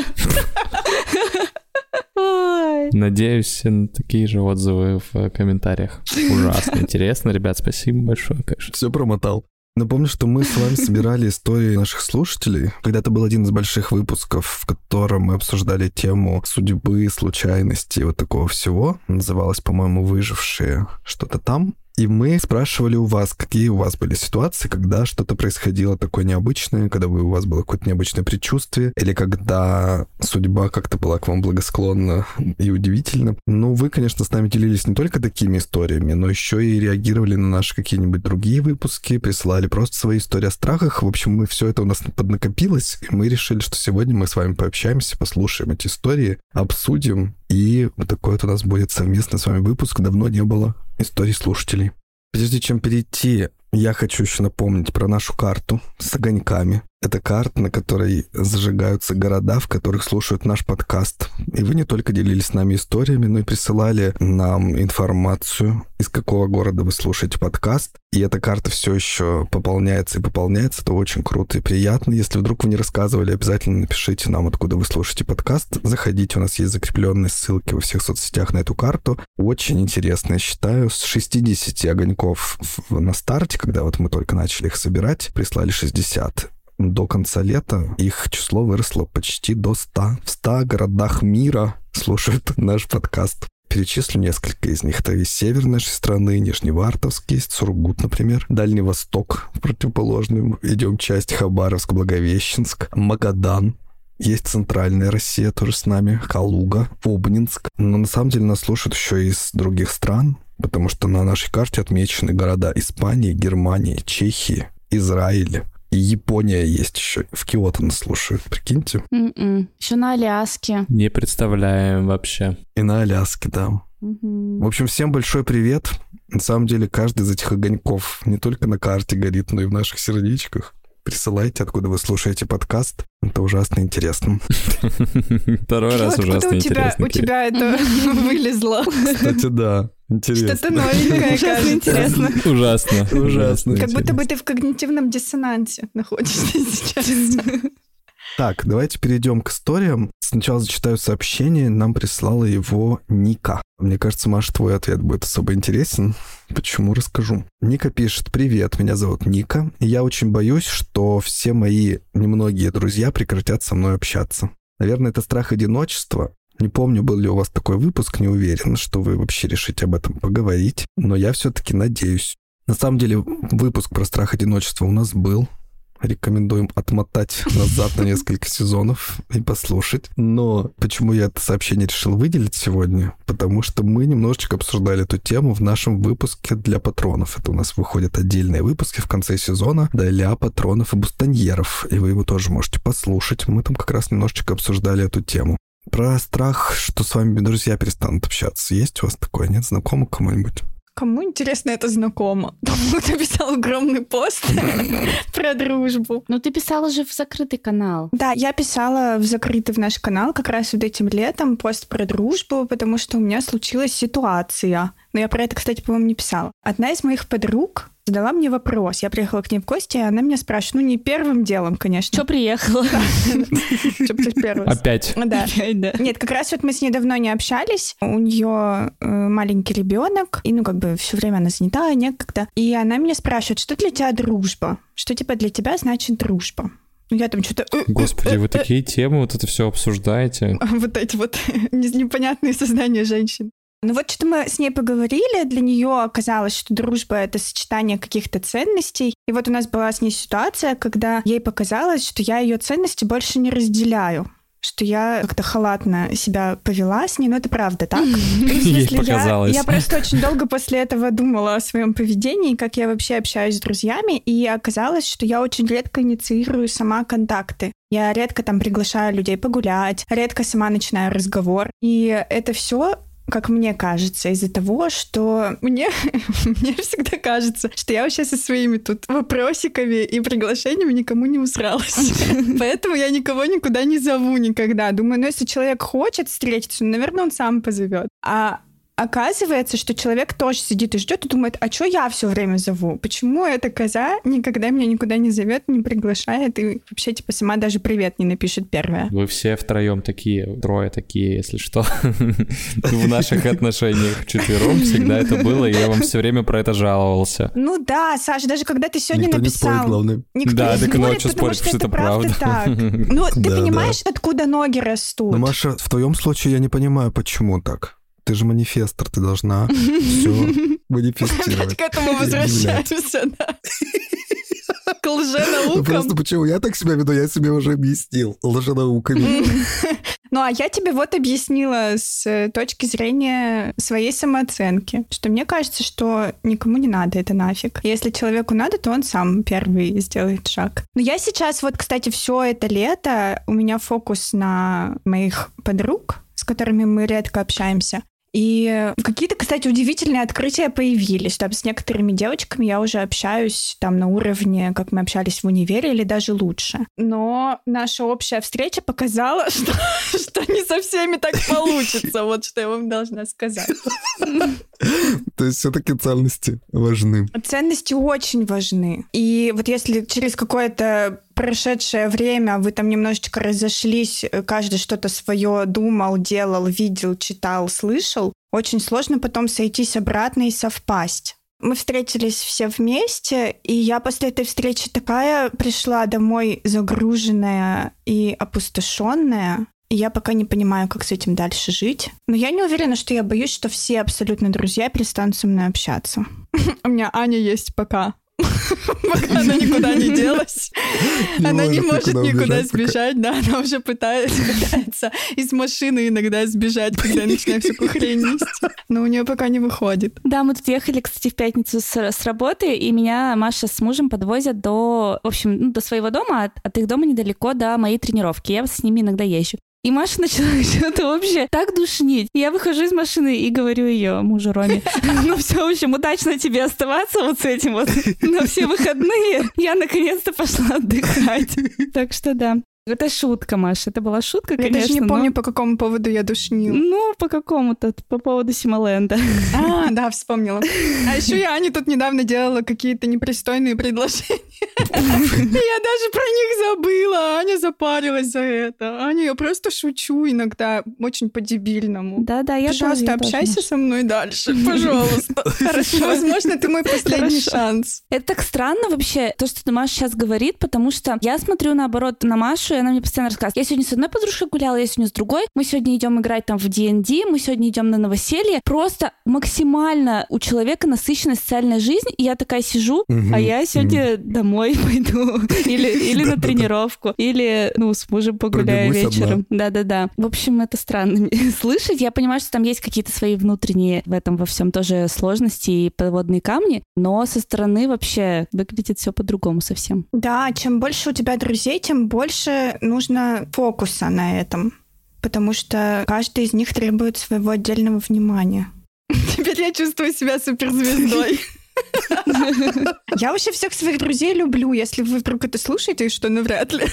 Надеюсь на такие же отзывы в комментариях. Ужасно интересно, ребят, спасибо большое, конечно. Все промотал. Напомню, что мы с вами собирали истории наших слушателей. Когда-то был один из больших выпусков, в котором мы обсуждали тему судьбы, случайностей, вот такого всего. Называлось, по-моему, «Выжившие», что-то там. И мы спрашивали у вас, какие у вас были ситуации, когда что-то происходило такое необычное, когда вы, у вас было какое-то необычное предчувствие, или когда судьба как-то была к вам благосклонна и удивительна. Ну, вы, конечно, с нами делились не только такими историями, но еще и реагировали на наши какие-нибудь другие выпуски, присылали просто свои истории о страхах. В общем, мы все это у нас поднакопилось, и мы решили, что сегодня мы с вами пообщаемся, послушаем эти истории, обсудим, и вот такой вот у нас будет совместный с вами выпуск. Давно не было историй слушателей. Прежде чем перейти, я хочу еще напомнить про нашу карту с огоньками. Это карта, на которой зажигаются города, в которых слушают наш подкаст. И вы не только делились с нами историями, но и присылали нам информацию, из какого города вы слушаете подкаст. И эта карта все еще пополняется и пополняется. Это очень круто и приятно. Если вдруг вы не рассказывали, обязательно напишите нам, откуда вы слушаете подкаст. Заходите, у нас есть закрепленные ссылки во всех соцсетях на эту карту. Очень интересно, я считаю. С шестидесяти огоньков на старте, когда вот мы только начали их собирать, прислали шестьдесят. До конца лета их число выросло почти до ста. В ста городах мира слушают наш подкаст. Перечислю несколько из них. Это и север нашей страны, Нижневартовск есть, Сургут, например, Дальний Восток, противоположный, идем часть, Хабаровск, Благовещенск, Магадан. Есть центральная Россия тоже с нами, Калуга, Обнинск. Но на самом деле нас слушают еще и из других стран, потому что на нашей карте отмечены города Испании, Германии, Чехии, Израиля. И Япония есть еще. В Киото нас слушают, прикиньте. Mm-mm. Еще на Аляске. Не представляем вообще. И на Аляске, да. Mm-hmm. В общем, всем большой привет. На самом деле, каждый из этих огоньков не только на карте горит, но и в наших сердечках. Присылайте, откуда вы слушаете подкаст. Это ужасно интересно. Второй раз ужасно интересно. У тебя это вылезло. Кстати, да. Интересно. Что-то новенькое, кажется. Интересно. Ужасно. Ужасно. Как будто бы ты в когнитивном диссонансе находишься сейчас. Так, давайте перейдем к историям. Сначала зачитаю сообщение. Нам прислала его Ника. Мне кажется, Маша, твой ответ будет особо интересен. Почему, расскажу. Ника пишет: «Привет, меня зовут Ника. И я очень боюсь, что все мои немногие друзья прекратят со мной общаться. Наверное, это страх одиночества. Не помню, был ли у вас такой выпуск, не уверен, что вы вообще решите об этом поговорить. Но я все-таки надеюсь». На самом деле, выпуск про страх одиночества у нас был. Рекомендуем отмотать назад на несколько сезонов и послушать. Но почему я это сообщение решил выделить сегодня? Потому что мы немножечко обсуждали эту тему в нашем выпуске для патронов. Это у нас выходят отдельные выпуски в конце сезона для патронов и бустоньеров. И вы его тоже можете послушать. Мы там как раз немножечко обсуждали эту тему. Про страх, что с вами друзья перестанут общаться. Есть у вас такое, нет? Знакомо кому-нибудь? Кому, интересно, это знакомо? Кто писал огромный пост про дружбу. Ну, ты писала же в закрытый канал. Да, я писала в закрытый в наш канал как раз вот этим летом пост про дружбу, потому что у меня случилась ситуация. Но я про это, кстати, по-моему, не писала. Одна из моих подруг задала мне вопрос. Я приехала к ней в гости, и она меня спрашивает, ну, не первым делом, конечно. Чё приехала? Опять. Да. Нет, как раз вот мы с ней давно не общались. У нее маленький ребенок, и, ну, как бы все время она занята, некогда. И она меня спрашивает, что для тебя дружба? Что, типа, для тебя значит дружба? Ну, я там что-то... Господи, вы такие темы вот это все обсуждаете. Вот эти вот непонятные создания женщин. Ну вот что-то мы с ней поговорили, для нее оказалось, что дружба — это сочетание каких-то ценностей. И вот у нас была с ней ситуация, когда ей показалось, что я ее ценности больше не разделяю, что я как-то халатно себя повела с ней, но это правда так. Ей показалось. Я, я просто очень долго после этого думала о своем поведении, как я вообще общаюсь с друзьями, и оказалось, что я очень редко инициирую сама контакты. Я редко там приглашаю людей погулять, редко сама начинаю разговор. И это все, как мне кажется, из-за того, что мне, мне всегда кажется, что я вообще со своими тут вопросиками и приглашениями никому не усралась. Поэтому я никого никуда не зову никогда. Думаю, ну если человек хочет встретиться, ну, наверное, он сам позовет. А оказывается, что человек тоже сидит и ждет и думает, а что я все время зову? Почему эта коза никогда меня никуда не зовет, не приглашает и вообще типа сама даже привет не напишет первая? Вы все втроем такие, трое такие, если что. В наших отношениях вчетвером всегда это было, и я вам все время про это жаловался. Ну да, Саша, даже когда ты сегодня Никто написал... не спорит, главное. Никто да, не так спорит, ночью потому спорит, что что это это правда правда. так. Ну, ты Да, понимаешь, откуда ноги растут? Ну, Маша, в твоем случае я не понимаю, почему так. Ты же манифестор, ты должна все манифестировать. Опять к этому возвращаемся, да. К лженаукам. Ну просто почему я так себя веду, я себе уже объяснил лженауками. Ну, а я тебе вот объяснила с точки зрения своей самооценки, что мне кажется, что никому не надо это нафиг. Если человеку надо, то он сам первый сделает шаг. Но я сейчас вот, кстати, все это лето, у меня фокус на моих подруг, с которыми мы редко общаемся. И какие-то, кстати, удивительные открытия появились. Там с некоторыми девочками я уже общаюсь там на уровне, как мы общались в универе, или даже лучше. Но наша общая встреча показала, что, что не со всеми так получится. Вот что я вам должна сказать. То есть все-таки ценности важны. Ценности очень важны. И вот если через какое-то прошедшее время вы там немножечко разошлись, каждый что-то свое думал, делал, видел, читал, слышал, очень сложно потом сойтись обратно и совпасть. Мы встретились все вместе, и я после этой встречи такая пришла домой загруженная и опустошенная. И я пока не понимаю, как с этим дальше жить. Но я не уверена, что я боюсь, что все абсолютно друзья перестанут со мной общаться. У меня Аня есть пока. Пока она никуда не делась. Она не может никуда сбежать, да, она уже пытается из машины иногда сбежать, когда я начинаю всякую хрень нести. Но у нее пока не выходит. Да, мы тут ехали, кстати, в пятницу с, с работы, и меня Маша с мужем подвозят до, в общем, ну, до своего дома, от, от их дома недалеко до моей тренировки. Я с ними иногда езжу. И Маша начала что-то вообще так душнить. Я выхожу из машины и говорю ее мужу Роме: ну все, в общем, удачно тебе оставаться вот с этим вот на все выходные. Я наконец-то пошла отдыхать. Так что да. Это шутка, Маша. Это была шутка, я конечно. Я даже не помню, но... по какому поводу я душнила. Ну, по какому-то, по поводу Симоленда. А, да, вспомнила. А еще я Ане тут недавно делала какие-то непристойные предложения. Я даже про них забыла. Аня запарилась за это. Аня, я просто шучу иногда очень по-дебильному. Да-да, я тоже. Пожалуйста, общайся со мной дальше, пожалуйста. Хорошо. Возможно, ты мой последний шанс. Это так странно вообще, то, что Маша сейчас говорит, потому что я смотрю, наоборот, на Машу, и она мне постоянно рассказывает: я сегодня с одной подружкой гуляла, я сегодня с другой, мы сегодня идем играть там в ди энд ди, мы сегодня идем на новоселье. Просто максимально у человека насыщенная социальная жизнь, и я такая сижу, угу, а я сегодня угу. домой пойду, или, или на тренировку, или, ну, с мужем погуляю вечером. Да-да-да. В общем, это странно слышать. Я понимаю, что там есть какие-то свои внутренние в этом во всем тоже сложности и подводные камни, но со стороны вообще выглядит все по-другому совсем. Да, чем больше у тебя друзей, тем больше нужно фокуса на этом, потому что каждый из них требует своего отдельного внимания. Теперь я чувствую себя суперзвездой. Я вообще всех своих друзей люблю. Если вы вдруг это слушаете, что навряд ли.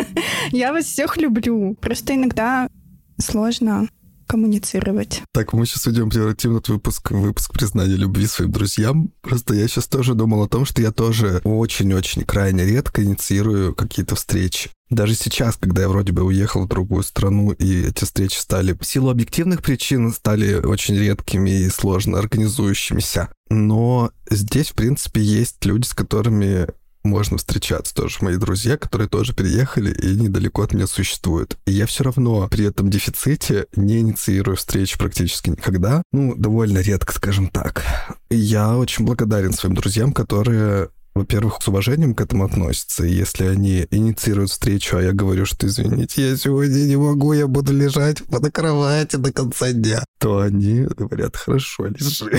Я вас всех люблю. Просто иногда сложно коммуницировать. Так, мы сейчас идем превратим этот выпуск в выпуск признания любви своим друзьям. Просто я сейчас тоже думал о том, что я тоже очень-очень крайне редко инициирую какие-то встречи. Даже сейчас, когда я вроде бы уехал в другую страну, и эти встречи стали в силу объективных причин стали очень редкими и сложно организующимися. Но здесь, в принципе, есть люди, с которыми можно встречаться, тоже мои друзья, которые тоже переехали и недалеко от меня существуют. И я все равно при этом дефиците не инициирую встречи практически никогда. Ну, довольно редко, скажем так. И я очень благодарен своим друзьям, которые, во-первых, с уважением к этому относятся. И если они инициируют встречу, а я говорю, что, извините, я сегодня не могу, я буду лежать на кровати до конца дня, то они говорят, хорошо, лежи.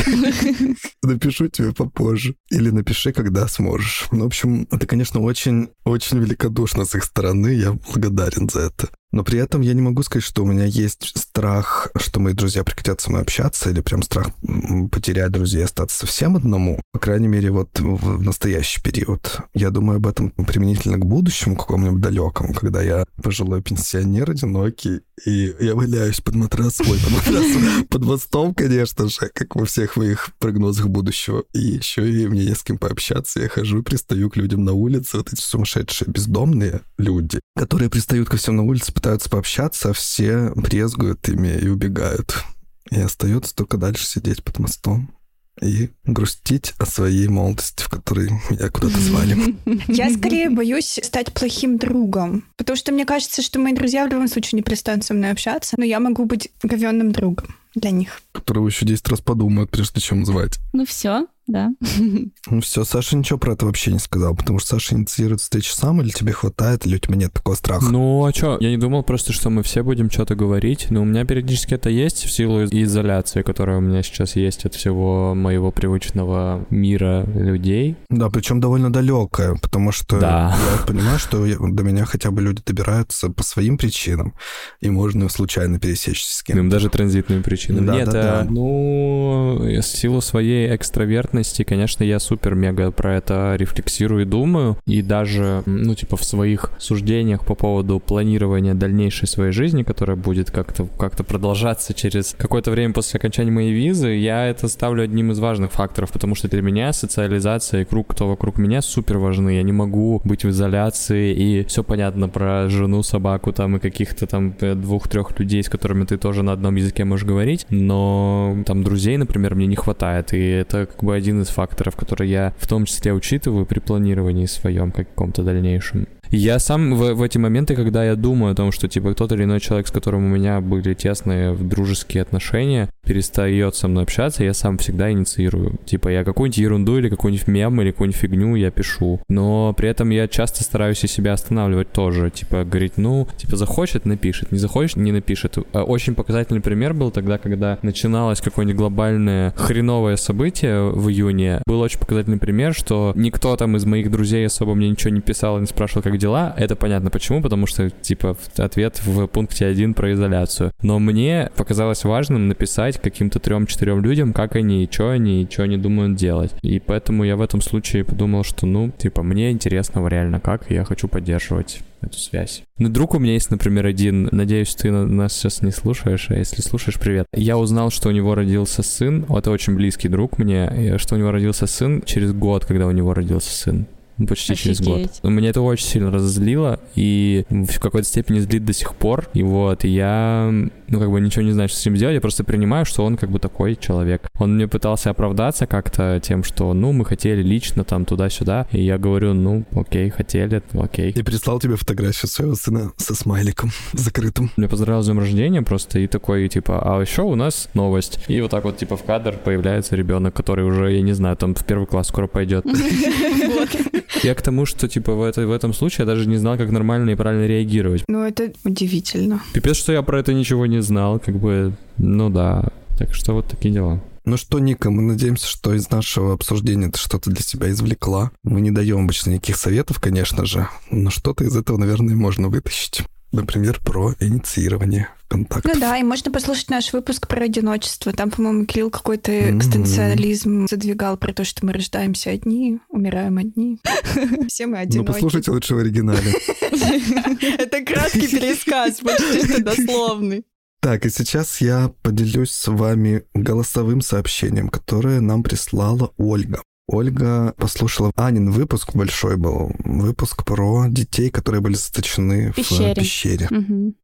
Напишу тебе попозже. Или напиши, когда сможешь. Ну, в общем, это, конечно, очень-очень великодушно с их стороны. Я благодарен за это. Но при этом я не могу сказать, что у меня есть страх, что мои друзья прекратят со мной общаться, или прям страх потерять друзей и остаться совсем одному. По крайней мере, вот в настоящий период. Я думаю об этом применительно к будущему, какому-нибудь далекому, когда я пожилой пенсионер, одинокий, и я валяюсь под матрасом, ой, под матрасом, под мостом, конечно же, как во всех моих прогнозах будущего. И еще и мне не с кем пообщаться. Я хожу и пристаю к людям на улице, вот эти сумасшедшие бездомные люди, которые пристают ко всем на улице, пытаются пообщаться, а все брезгуют ими и убегают. И остается только дальше сидеть под мостом и грустить о своей молодости, в которой меня куда-то звали. Я скорее боюсь стать плохим другом, потому что мне кажется, что мои друзья в любом случае не перестанут со мной общаться, но я могу быть говённым другом для них. Которого еще десять раз подумают, прежде чем звать. Ну все, да. Ну все, Саша ничего про это вообще не сказал, потому что Саша инициирует встречу сам, или тебе хватает, или у тебя нет такого страха? Ну, а что? Я не думал просто, что мы все будем что-то говорить, но у меня периодически это есть в силу изоляции, которая у меня сейчас есть от всего моего привычного мира людей. Да, причем довольно далекая, потому что да. я понимаю, что я, до меня хотя бы люди добираются по своим причинам, и можно случайно пересечься с кем-то. Даже транзитными причинами. Да, Нет, да, а, да. ну, в силу своей экстравертности, конечно, я супер-мега про это рефлексирую и думаю, и даже, ну, типа, в своих суждениях по поводу планирования дальнейшей своей жизни, которая будет как-то как-то продолжаться через какое-то время после окончания моей визы, я это ставлю одним из важных факторов, потому что для меня социализация и круг, кто вокруг меня, супер важны. Я не могу быть в изоляции, и все понятно про жену, собаку там и каких-то там двух-трех людей, с которыми ты тоже на одном языке можешь говорить, но там друзей, например, мне не хватает, и это как бы один из факторов, который я в том числе учитываю при планировании своем каком-то дальнейшем. Я сам в, в эти моменты, когда я думаю о том, что типа тот или иной человек, с которым у меня были тесные дружеские отношения, перестает со мной общаться, я сам всегда инициирую. Типа я какую-нибудь ерунду или какую-нибудь мем или какую-нибудь фигню я пишу. Но при этом я часто стараюсь и себя останавливать тоже. Типа говорить, ну, типа захочет, напишет, не захочет, не напишет. Очень показательный пример был тогда, когда начиналось какое-нибудь глобальное хреновое событие в июне. Был очень показательный пример, что никто там из моих друзей особо мне ничего не писал и не спрашивал, как дела. Это понятно почему, потому что, типа, ответ в пункте один про изоляцию. Но мне показалось важным написать каким-то трем-четырем людям, как они, что они, и что они думают делать. И поэтому я в этом случае подумал, что, ну, типа, мне интересно реально как, и я хочу поддерживать эту связь. Ну, друг у меня есть, например, один, надеюсь, ты нас сейчас не слушаешь, а если слушаешь, привет. Я узнал, что у него родился сын, это очень близкий друг мне, что у него родился сын через год, когда у него родился сын. Почти Офигеть. через год. Меня это очень сильно разозлило, и в какой-то степени злит до сих пор. И вот, и я, ну, как бы ничего не знаю, что с ним сделать, я просто принимаю, что он как бы такой человек. Он мне пытался оправдаться как-то тем, что, ну, мы хотели лично там туда-сюда, и я говорю, ну, окей, хотели, окей. И прислал тебе фотографию своего сына со смайликом закрытым. Меня поздравил с днем рождения просто, и такой, типа, а еще у нас новость. И вот так вот, типа, в кадр появляется ребенок, который уже, я не знаю, там в первый класс скоро пойдет. Я к тому, что, типа, в, это, в этом случае я даже не знал, как нормально и правильно реагировать. Ну, это удивительно. Пипец, что я про это ничего не знал, как бы, ну да. Так что вот такие дела. Ну что, Ника, мы надеемся, что из нашего обсуждения ты что-то для себя извлекла. Мы не даем обычно никаких советов, конечно же, но что-то из этого, наверное, можно вытащить. например, про инициирование контактов. Ну да, и можно послушать наш выпуск про одиночество. Там, по-моему, Кирилл какой-то экзистенциализм задвигал про то, что мы рождаемся одни, умираем одни. Все мы одиноки. Ну, послушайте лучше в оригинале. Это краткий пересказ, почти что дословный. Так, и сейчас я поделюсь с вами голосовым сообщением, которое нам прислала Ольга. Ольга послушала Анин выпуск, большой был выпуск про детей, которые были заточены Пещере. в пещере. Мгм.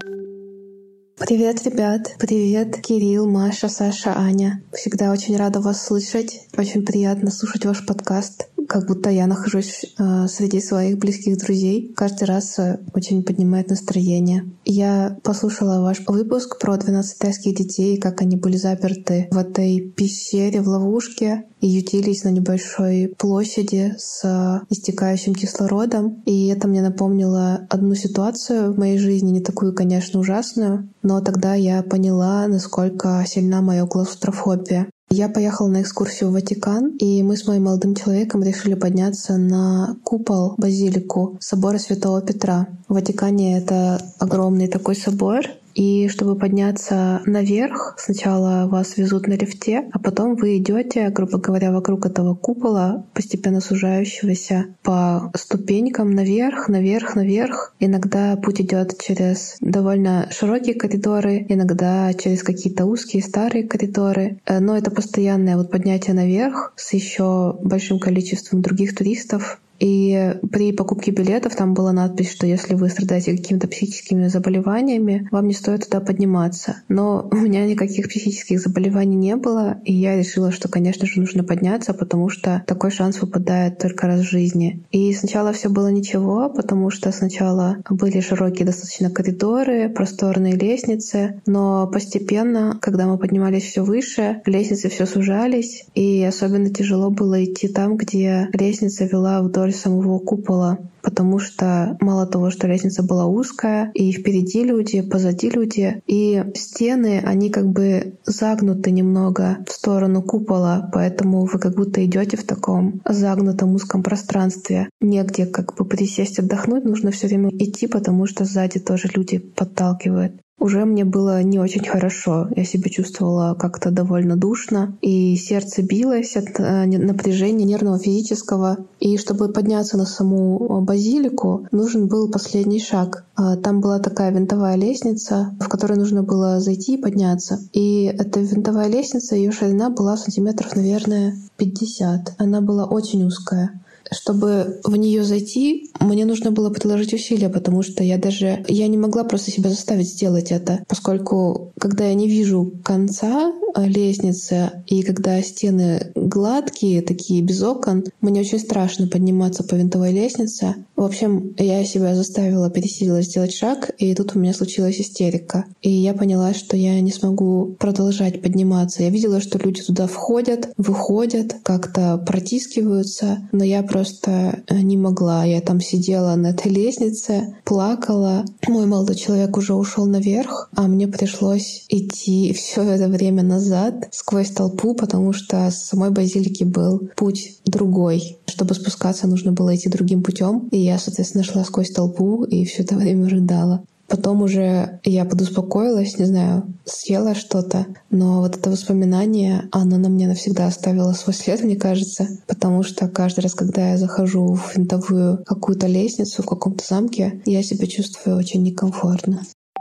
Привет, ребят. Привет, Кирилл, Маша, Саша, Аня. Всегда очень рада вас слышать. Очень приятно слушать ваш подкаст. Как будто я нахожусь э, среди своих близких друзей. Каждый раз э, очень поднимает настроение. Я послушала ваш выпуск про двенадцать тайских детей, как они были заперты в этой пещере, в ловушке, и ютились на небольшой площади с э, истекающим кислородом. И это мне напомнило одну ситуацию в моей жизни, не такую, конечно, ужасную, но тогда я поняла, насколько сильна моя клаустрофобия. Я поехала на экскурсию в Ватикан, и мы с моим молодым человеком решили подняться на купол, базилику собора Святого Петра. В Ватикане это огромный такой собор, и чтобы подняться наверх, сначала вас везут на лифте, а потом вы идете, грубо говоря, вокруг этого купола, постепенно сужающегося по ступенькам наверх, наверх, наверх. Иногда путь идет через довольно широкие коридоры, иногда через какие-то узкие старые коридоры. Но это постоянное вот поднятие наверх с еще большим количеством других туристов. И при покупке билетов там была надпись, что если вы страдаете какими-то психическими заболеваниями, вам не стоит туда подниматься. Но у меня никаких психических заболеваний не было, и я решила, что, конечно же, нужно подняться, потому что такой шанс выпадает только раз в жизни. И сначала все было ничего, потому что сначала были широкие достаточно коридоры, просторные лестницы, но постепенно, когда мы поднимались все выше, лестницы все сужались, и особенно тяжело было идти там, где лестница вела вдоль самого купола, потому что мало того, что лестница была узкая, и впереди люди, позади люди, и стены, они как бы загнуты немного в сторону купола, поэтому вы как будто идете в таком загнутом узком пространстве. Негде как бы присесть отдохнуть, нужно все время идти, потому что сзади тоже люди подталкивают. Уже мне было не очень хорошо. Я себя чувствовала как-то довольно душно, и сердце билось от напряжения нервного, физического. И чтобы подняться на саму базилику, нужен был последний шаг. Там была такая винтовая лестница, в которой нужно было зайти и подняться. И эта винтовая лестница, ее ширина была сантиметров, наверное, пятьдесят. Она была очень узкая. Чтобы в нее зайти, мне нужно было приложить усилия, потому что я даже я не могла просто себя заставить сделать это, поскольку когда я не вижу конца лестницы и когда стены гладкие, такие без окон, мне очень страшно подниматься по винтовой лестнице. В общем, я себя заставила, пересилила сделать шаг, и тут у меня случилась истерика. И я поняла, что я не смогу продолжать подниматься. Я видела, что люди туда входят, выходят, как-то протискиваются, но я просто не могла. Я там сидела на этой лестнице, плакала. Мой молодой человек уже ушел наверх, а мне пришлось идти все это время назад сквозь толпу, потому что с самой базилики был путь другой. Чтобы спускаться, нужно было идти другим путем, и я, соответственно, шла сквозь толпу и все это время рыдала. Потом уже я подуспокоилась, не знаю, съела что-то, но вот это воспоминание, оно на мне навсегда оставило свой след, мне кажется, потому что каждый раз, когда я захожу в винтовую какую-то лестницу в каком-то замке, я себя чувствую очень некомфортно.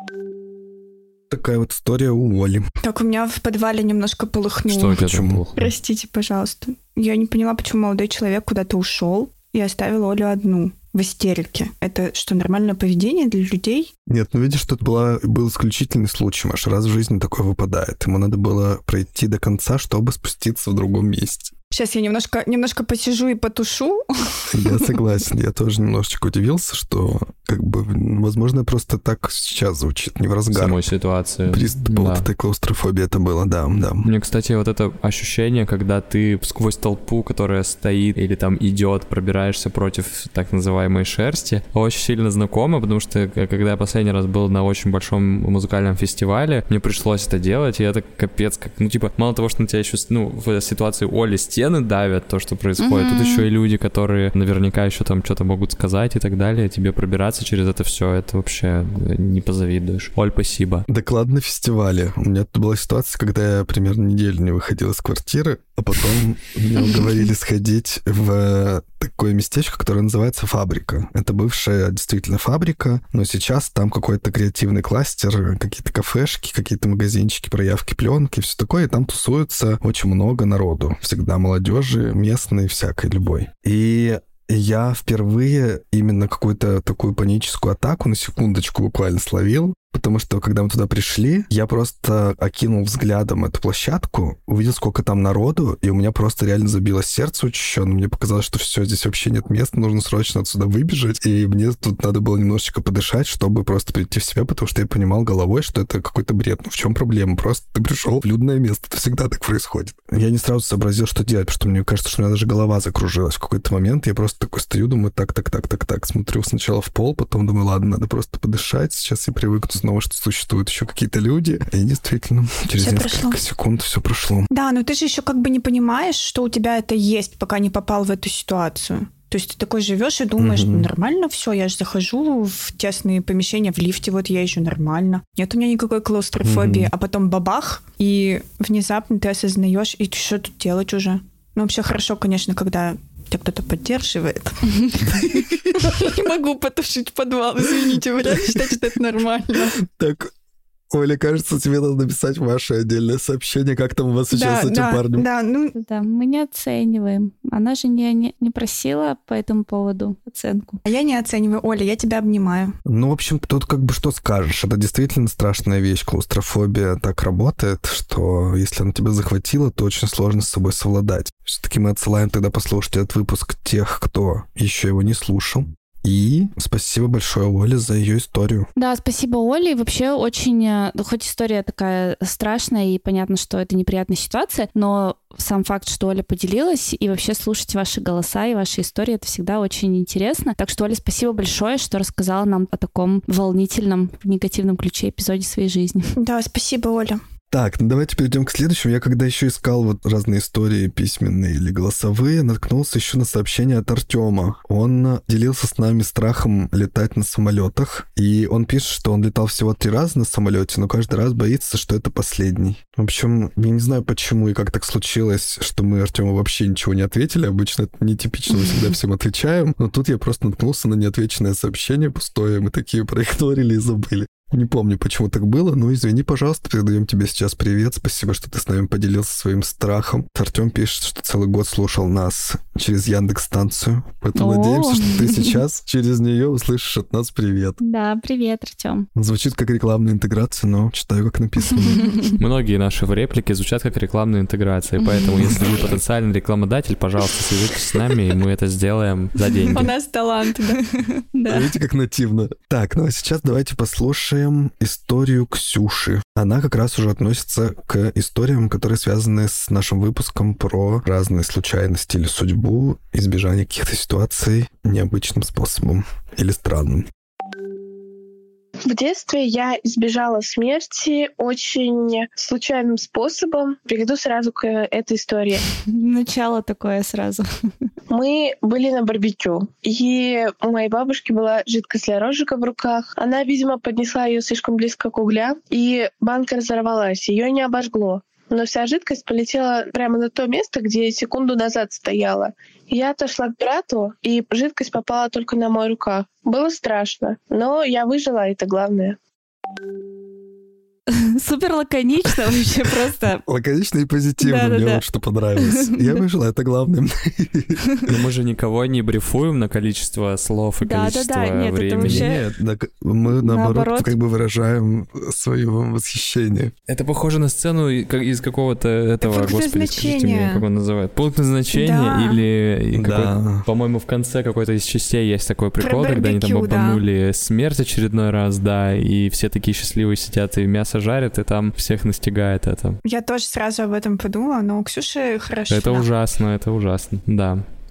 Такая вот история у Оли. Так, у меня в подвале немножко полыхнуло. Что у тебя там Почему? плохо? Простите, пожалуйста. Я не поняла, почему молодой человек куда-то ушел и оставил Олю одну в истерике. Это что, нормальное поведение для людей? Нет, ну видишь, тут была, был исключительный случай, Маш, раз в жизни такое выпадает. Ему надо было пройти до конца, чтобы спуститься в другом месте. Сейчас я немножко, немножко посижу и потушу. Я согласен, я тоже немножечко удивился, что, как бы, возможно, просто так сейчас звучит, не в разгар. Самой ситуации. Приступ вот этой клаустрофобии это было, да, да. Мне, кстати, вот это ощущение, когда ты сквозь толпу, которая стоит или там идет, пробираешься против так называемой шерсти, очень сильно знакомо, потому что когда я последний раз был на очень большом музыкальном фестивале, мне пришлось это делать, и это капец, как, ну, типа, мало того, что на тебя еще, ну, в ситуации Оли стены стены давят, то, что происходит. Mm-hmm. Тут еще и люди, которые наверняка еще там что-то могут сказать и так далее. Тебе пробираться через это все, это вообще не позавидуешь. Оль, спасибо. Доклад на фестивале. У меня тут была ситуация, когда я примерно неделю не выходил из квартиры, а потом мне уговорили сходить в такое местечко, которое называется «Фабрика». Это бывшая действительно фабрика, но сейчас там какой-то креативный кластер, какие-то кафешки, какие-то магазинчики, проявки пленки, все такое, и там тусуется очень много народу. Всегда молодежи, местной, всякой, любой. И я впервые именно какую-то такую паническую атаку на секундочку буквально словил, потому что, когда мы туда пришли, я просто окинул взглядом эту площадку, увидел, сколько там народу, и у меня просто реально забилось сердце учащенно. Мне показалось, что все, здесь вообще нет места, нужно срочно отсюда выбежать, и мне тут надо было немножечко подышать, чтобы просто прийти в себя, потому что я понимал головой, что это какой-то бред. Ну в чем проблема? Просто ты пришел в людное место, это всегда так происходит. Я не сразу сообразил, что делать, потому что мне кажется, что у меня даже голова закружилась в какой-то момент. Я просто такой стою, думаю, так, так, так, так, так, смотрю сначала в пол, потом думаю, ладно, надо просто подышать, сейчас я привыкну снова, что существуют еще какие-то люди. И действительно, через всё несколько прошло. секунд все прошло. Да, но ты же еще как бы не понимаешь, что у тебя это есть, пока не попал в эту ситуацию. То есть ты такой живешь и думаешь, Мгм. ну нормально все, я же захожу в тесные помещения, в лифте вот я езжу нормально. Нет у меня никакой клаустрофобии, Мгм. а потом бабах, и внезапно ты осознаешь, и что тут делать уже? Ну вообще хорошо, конечно, когда тебя кто-то поддерживает. Не могу потушить подвал, извините, вы реально считаете, что это нормально? Так, Оля, кажется, тебе надо написать ваше отдельное сообщение, как там у вас сейчас с этим да, парнем. да, ну Да, мы не оцениваем. Она же не, не, не просила по этому поводу оценку. а я не оцениваю. Оля, я тебя обнимаю. Ну, в общем, тут как бы что скажешь. Это действительно страшная вещь. Клаустрофобия так работает, что если она тебя захватила, то очень сложно с собой совладать. Все-таки мы отсылаем тогда послушать этот выпуск тех, кто еще его не слушал. И спасибо большое Оле за ее историю. Да, спасибо, Оле. И вообще очень, э, ну, хоть история такая страшная, и понятно, что это неприятная ситуация, но сам факт, что Оля поделилась, и вообще слушать ваши голоса и ваши истории, это всегда очень интересно. Так что, Оля, спасибо большое, что рассказала нам о таком волнительном, в негативном ключе эпизоде своей жизни. Да, спасибо, Оля. Так, ну давайте перейдем к следующему. Я когда еще искал вот разные истории, письменные или голосовые, наткнулся еще на сообщение от Артема. Он делился с нами страхом летать на самолетах, и он пишет, что он летал всего три раза на самолете, но каждый раз боится, что это последний. В общем, я не знаю, почему и как так случилось, что мы Артему вообще ничего не ответили. Обычно это нетипично, мы всегда всем отвечаем. Но тут я просто наткнулся на неотвеченное сообщение пустое, мы такие проигнорили и забыли. Не помню, почему так было, но извини, пожалуйста, передаем тебе сейчас привет. Спасибо, что ты с нами поделился своим страхом. Артем пишет, что целый год слушал нас через Яндекс-станцию, поэтому О. надеемся, что ты сейчас через нее услышишь от нас привет. Да, привет, Артем. Звучит как рекламная интеграция, но читаю, как написано. Многие наши реплики звучат как рекламная интеграция, поэтому если вы потенциальный рекламодатель, пожалуйста, свяжитесь с нами, и мы это сделаем за деньги. У нас талант, да. Видите, как нативно. Так, ну а сейчас давайте послушаем историю Ксюши. Она как раз уже относится к историям, которые связаны с нашим выпуском про разные случайности или судьбу, избежание каких-то ситуаций необычным способом или странным. В детстве я избежала смерти очень случайным способом. Перейду сразу к этой истории. Начало такое сразу. Мы были на барбекю, и у моей бабушки была жидкость для розжига в руках. Она, видимо, поднесла ее слишком близко к углям, и банка разорвалась. Ее не обожгло. Но вся жидкость полетела прямо на то место, где секунду назад стояла. Я отошла к брату, и жидкость попала только на мою руку. Было страшно, но я выжила, это главное. Супер лаконично, вообще просто. Лаконично и позитивно, Да-да-да. мне вот что понравилось. Я выжила, это главное. Но мы же никого не брифуем на количество слов и Да-да-да, количество нет, это времени. вообще- Нет, так мы наоборот, Наоборот. как бы выражаем свое восхищение. Это похоже на сцену и- как из какого-то этого, Пункт господи, скажите мне, назначения. как он называет? Пункт назначения Да. или и какой- Да. по-моему, в конце какой-то из частей есть такой прикол, Про когда они там барбекю, да. обманули смерть очередной раз, да, и все такие счастливые сидят и мясо жарят, и там всех настигает это. Я тоже сразу об этом подумала, но у Ксюши хорошо. Это ужасно, это ужасно, да.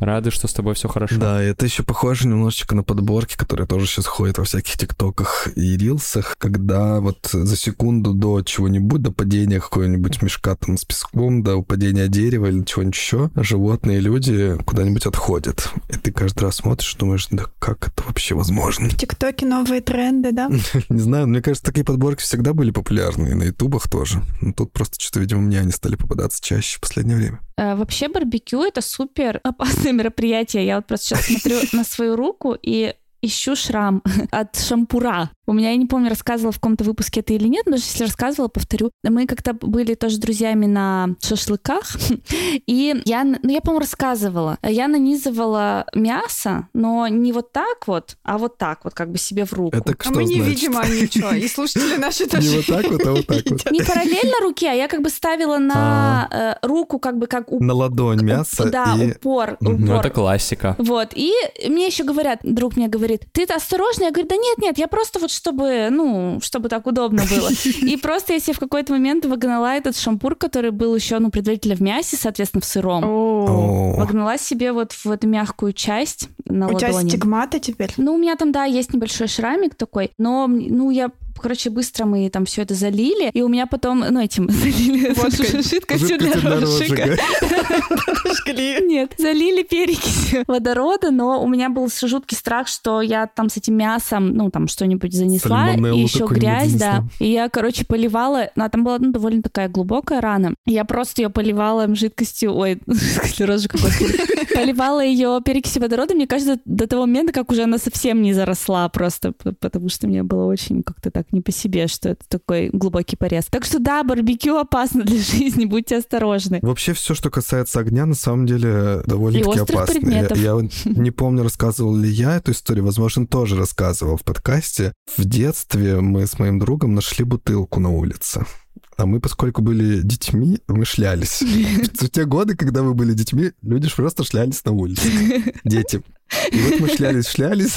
Рады, что с тобой все хорошо. Да, это еще похоже немножечко на подборки, которые тоже сейчас ходят во всяких тиктоках и рилсах, когда вот за секунду до чего-нибудь, до падения какого-нибудь мешка там с песком, до упадения дерева или чего-нибудь еще, животные, люди куда-нибудь отходят. И ты каждый раз смотришь, думаешь, да как это вообще возможно? В ТикТоке новые тренды, да? Не знаю, мне кажется, такие подборки всегда были популярны, и на ютубах тоже. Но тут просто что-то, видимо, мне они стали попадаться чаще в последнее время. А, вообще барбекю — это супер опасное мероприятие. Я вот просто сейчас смотрю на свою руку и ищу шрам от шампура. У меня, я не помню, рассказывала в каком-то выпуске это или нет, но если рассказывала, повторю. Мы как-то были тоже друзьями на шашлыках, и я, ну, я, по-моему, рассказывала. Я нанизывала мясо, но не вот так вот, а вот так вот, как бы себе в руку. Это А что мы не значит? видим, а ничего. И слушатели наши тоже. Не вот так вот, а вот так вот. Не параллельно руке, а я как бы ставила на э, руку, как бы как... На ладонь мясо Да, и... упор, Ну, упор. это классика. Вот, и мне еще говорят, друг мне говорит, ты-то осторожно? Я говорю, да нет, нет, я просто вот чтобы, ну, чтобы так удобно было. И просто я себе в какой-то момент вогнала этот шампур, который был еще, ну, предварительно в мясе, соответственно, в сыром. О, Вогнала себе вот в эту мягкую часть на у тебя ладони. стигмата теперь? Ну, у меня там, да, есть небольшой шрамик такой, но, ну, я... Короче, быстро мы там все это залили, и у меня потом, ну, этим залили жидкостью для розжига. Нет, залили перекисью водорода, но у меня был жуткий страх, что я там с этим мясом, ну, там что-нибудь занесла, и еще грязь, да. И я, короче, поливала, ну, а там была, ну, довольно такая глубокая рана. Я просто ее поливала жидкостью, ой, розжиг какой-то. Поливала ее перекисью водорода, мне кажется, до того момента, как уже она совсем не заросла просто, потому что мне было очень как-то так не по себе, что это такой глубокий порез. Так что да, барбекю опасно для жизни, будьте осторожны. Вообще все, что касается огня, на самом деле довольно-таки опасно. Я, я не помню, рассказывал ли я эту историю, возможно, тоже рассказывал в подкасте. В детстве мы с моим другом нашли бутылку на улице. А мы, поскольку были детьми, мы шлялись. В те годы, когда мы были детьми, люди ж просто шлялись на улице. Дети. И вот мы шлялись-шлялись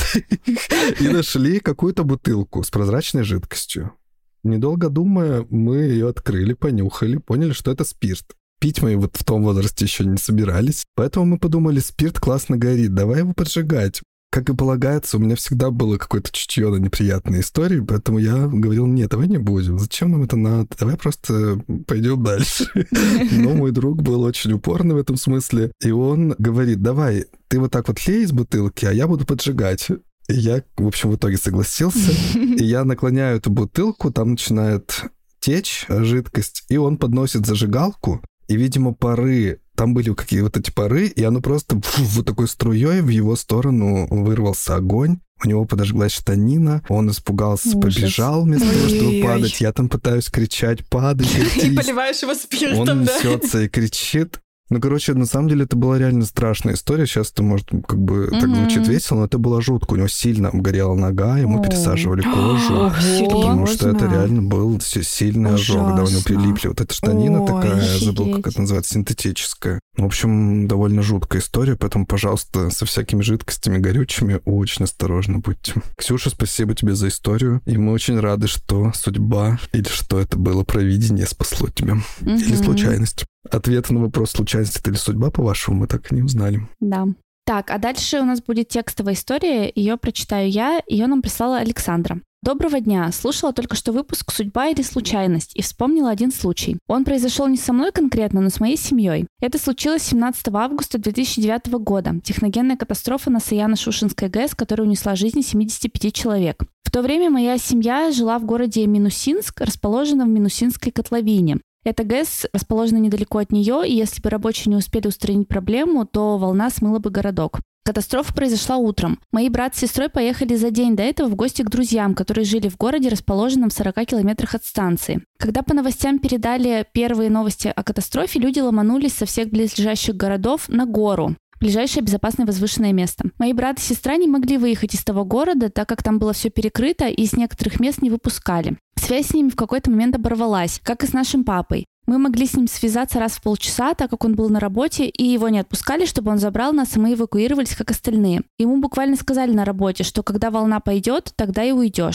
и нашли какую-то бутылку с прозрачной жидкостью. Недолго думая, мы ее открыли, понюхали, поняли, что это спирт. Пить мы вот в том возрасте еще не собирались. Поэтому мы подумали, спирт классно горит, давай его поджигать. Как и полагается, у меня всегда было какое-то чутье на неприятные истории, поэтому я говорил, нет, давай не будем, зачем нам это надо, давай просто пойдем дальше. Но мой друг был очень упорный в этом смысле, и он говорит, давай, ты вот так вот лей из бутылки, а я буду поджигать. И я, в общем, в итоге согласился, и я наклоняю эту бутылку, там начинает течь жидкость, и он подносит зажигалку, и, видимо, пары... Там были какие вот эти пары, и оно просто фу, вот такой струей в его сторону вырвался огонь. У него подожглась штанина, он испугался, Ужас. побежал вместо того, чтобы падать. Я там пытаюсь кричать, падай, И поливаешь его спиртом, Он да? несется и кричит. Ну, короче, на самом деле это была реально страшная история. Сейчас это, может, как бы так звучит весело, но это было жутко. У него сильно обгорела нога, ему пересаживали кожу. Потому что это реально был сильный ожог, да, у него прилипли. Вот эта штанина такая, я забыл, как это называется, синтетическая. В общем, довольно жуткая история, поэтому, пожалуйста, со всякими жидкостями горючими очень осторожно будьте. Ксюша, спасибо тебе за историю, и мы очень рады, что судьба или что это было провидение спасло тебя. Или случайность. Ответ на вопрос, случайность это или судьба, по-вашему, мы так и не узнали. Да. Так, а дальше у нас будет текстовая история, ее прочитаю я, ее нам прислала Александра. Доброго дня. Слушала только что выпуск «Судьба или случайность» и вспомнила один случай. Он произошел не со мной конкретно, но с моей семьей. Это случилось семнадцатого августа две тысячи девятого года. Техногенная катастрофа на Саяно-Шушенской ГЭС, которая унесла жизни семидесяти пяти человек. В то время моя семья жила в городе Минусинск, расположенном в Минусинской котловине. Эта ГЭС расположена недалеко от нее, и если бы рабочие не успели устранить проблему, то волна смыла бы городок. Катастрофа произошла утром. Мои брат с сестрой поехали за день до этого в гости к друзьям, которые жили в городе, расположенном в сорока километрах от станции. Когда по новостям передали первые новости о катастрофе, люди ломанулись со всех близлежащих городов на гору. Ближайшее безопасное возвышенное место. Мои брат и сестра не могли выехать из того города, так как там было все перекрыто и с некоторых мест не выпускали. Связь с ними в какой-то момент оборвалась, как и с нашим папой. Мы могли с ним связаться раз в полчаса, так как он был на работе, и его не отпускали, чтобы он забрал нас, и мы эвакуировались, как остальные. Ему буквально сказали на работе, что когда волна пойдет, тогда и уйдешь.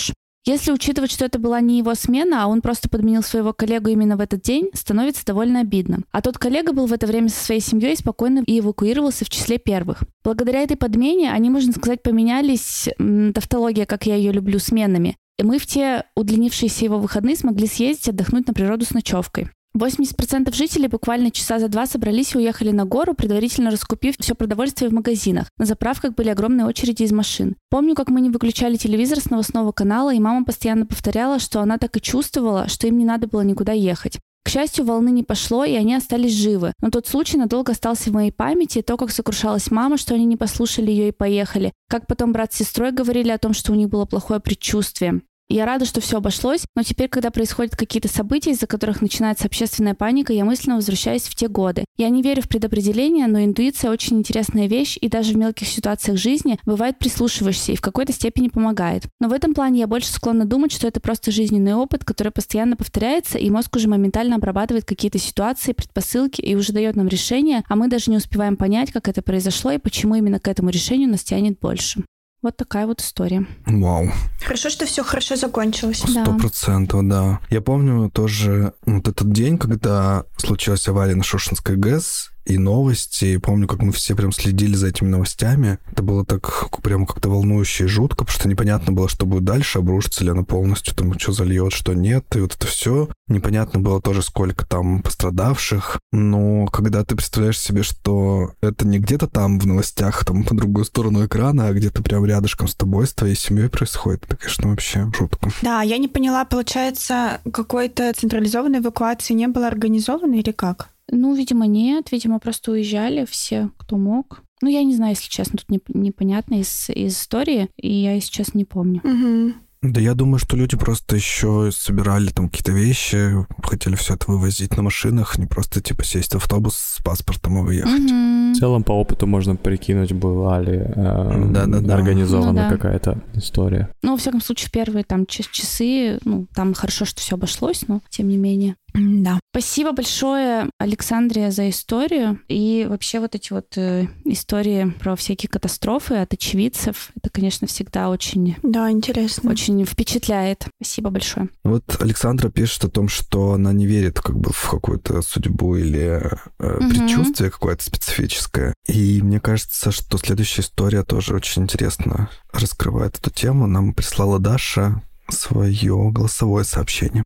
Если учитывать, что это была не его смена, а он просто подменил своего коллегу именно в этот день, становится довольно обидно. А тот коллега был в это время со своей семьей спокойно и эвакуировался в числе первых. Благодаря этой подмене они, можно сказать, поменялись, м, тавтология, как я ее люблю, сменами. И мы в те удлинившиеся его выходные смогли съездить отдохнуть на природу с ночевкой. восемьдесят процентов жителей буквально часа за два собрались и уехали на гору, предварительно раскупив все продовольствие в магазинах. На заправках были огромные очереди из машин. Помню, как мы не выключали телевизор с новостного канала, и мама постоянно повторяла, что она так и чувствовала, что им не надо было никуда ехать. К счастью, волны не пошло, и они остались живы. Но тот случай надолго остался в моей памяти, то, как сокрушалась мама, что они не послушали ее и поехали, как потом брат с сестрой говорили о том, что у них было плохое предчувствие. Я рада, что все обошлось, но теперь, когда происходят какие-то события, из-за которых начинается общественная паника, я мысленно возвращаюсь в те годы. Я не верю в предопределение, но интуиция очень интересная вещь, и даже в мелких ситуациях жизни бывает прислушиваешься и в какой-то степени помогает. Но в этом плане я больше склонна думать, что это просто жизненный опыт, который постоянно повторяется, и мозг уже моментально обрабатывает какие-то ситуации, предпосылки и уже дает нам решение, а мы даже не успеваем понять, как это произошло и почему именно к этому решению нас тянет больше. Вот такая вот история. Вау. Хорошо, что все хорошо закончилось. Сто процентов, да. Я помню тоже вот этот день, когда случилась авария на Шушенской ГЭС, и новости. Помню, как мы все прям следили за этими новостями. Это было так прям как-то волнующе и жутко, потому что непонятно было, что будет дальше, обрушится ли она полностью, там, что зальет, что нет, и вот это все. Непонятно было тоже, сколько там пострадавших. Но когда ты представляешь себе, что это не где-то там в новостях, там, по другую сторону экрана, а где-то прям рядышком с тобой, с твоей семьей происходит, это, конечно, вообще жутко. Да, я не поняла, получается, какой-то централизованной эвакуации не было организовано или как? Ну, видимо, нет. Видимо, просто уезжали все, кто мог. Ну, я не знаю, если честно, тут не, непонятно из, из истории, и я, если честно, не помню. Угу. Да я думаю, что люди просто еще собирали там какие-то вещи, хотели все это вывозить на машинах, не просто типа сесть в автобус с паспортом и выехать. Mm-hmm. В целом по опыту можно прикинуть, была ли э, да, да, да. организована ну, да. какая-то история. Ну, во всяком случае, первые там часы, ну, там хорошо, что все обошлось, но тем не менее. Да. Спасибо большое, Александре, за историю. И вообще вот эти вот э, истории про всякие катастрофы от очевидцев, это, конечно, всегда очень... Да, интересно. Очень впечатляет. Спасибо большое. Вот Александра пишет о том, что она не верит как бы в какую-то судьбу или э, угу. предчувствие какое-то специфическое. И мне кажется, что следующая история тоже очень интересно раскрывает эту тему. Нам прислала Даша свое голосовое сообщение.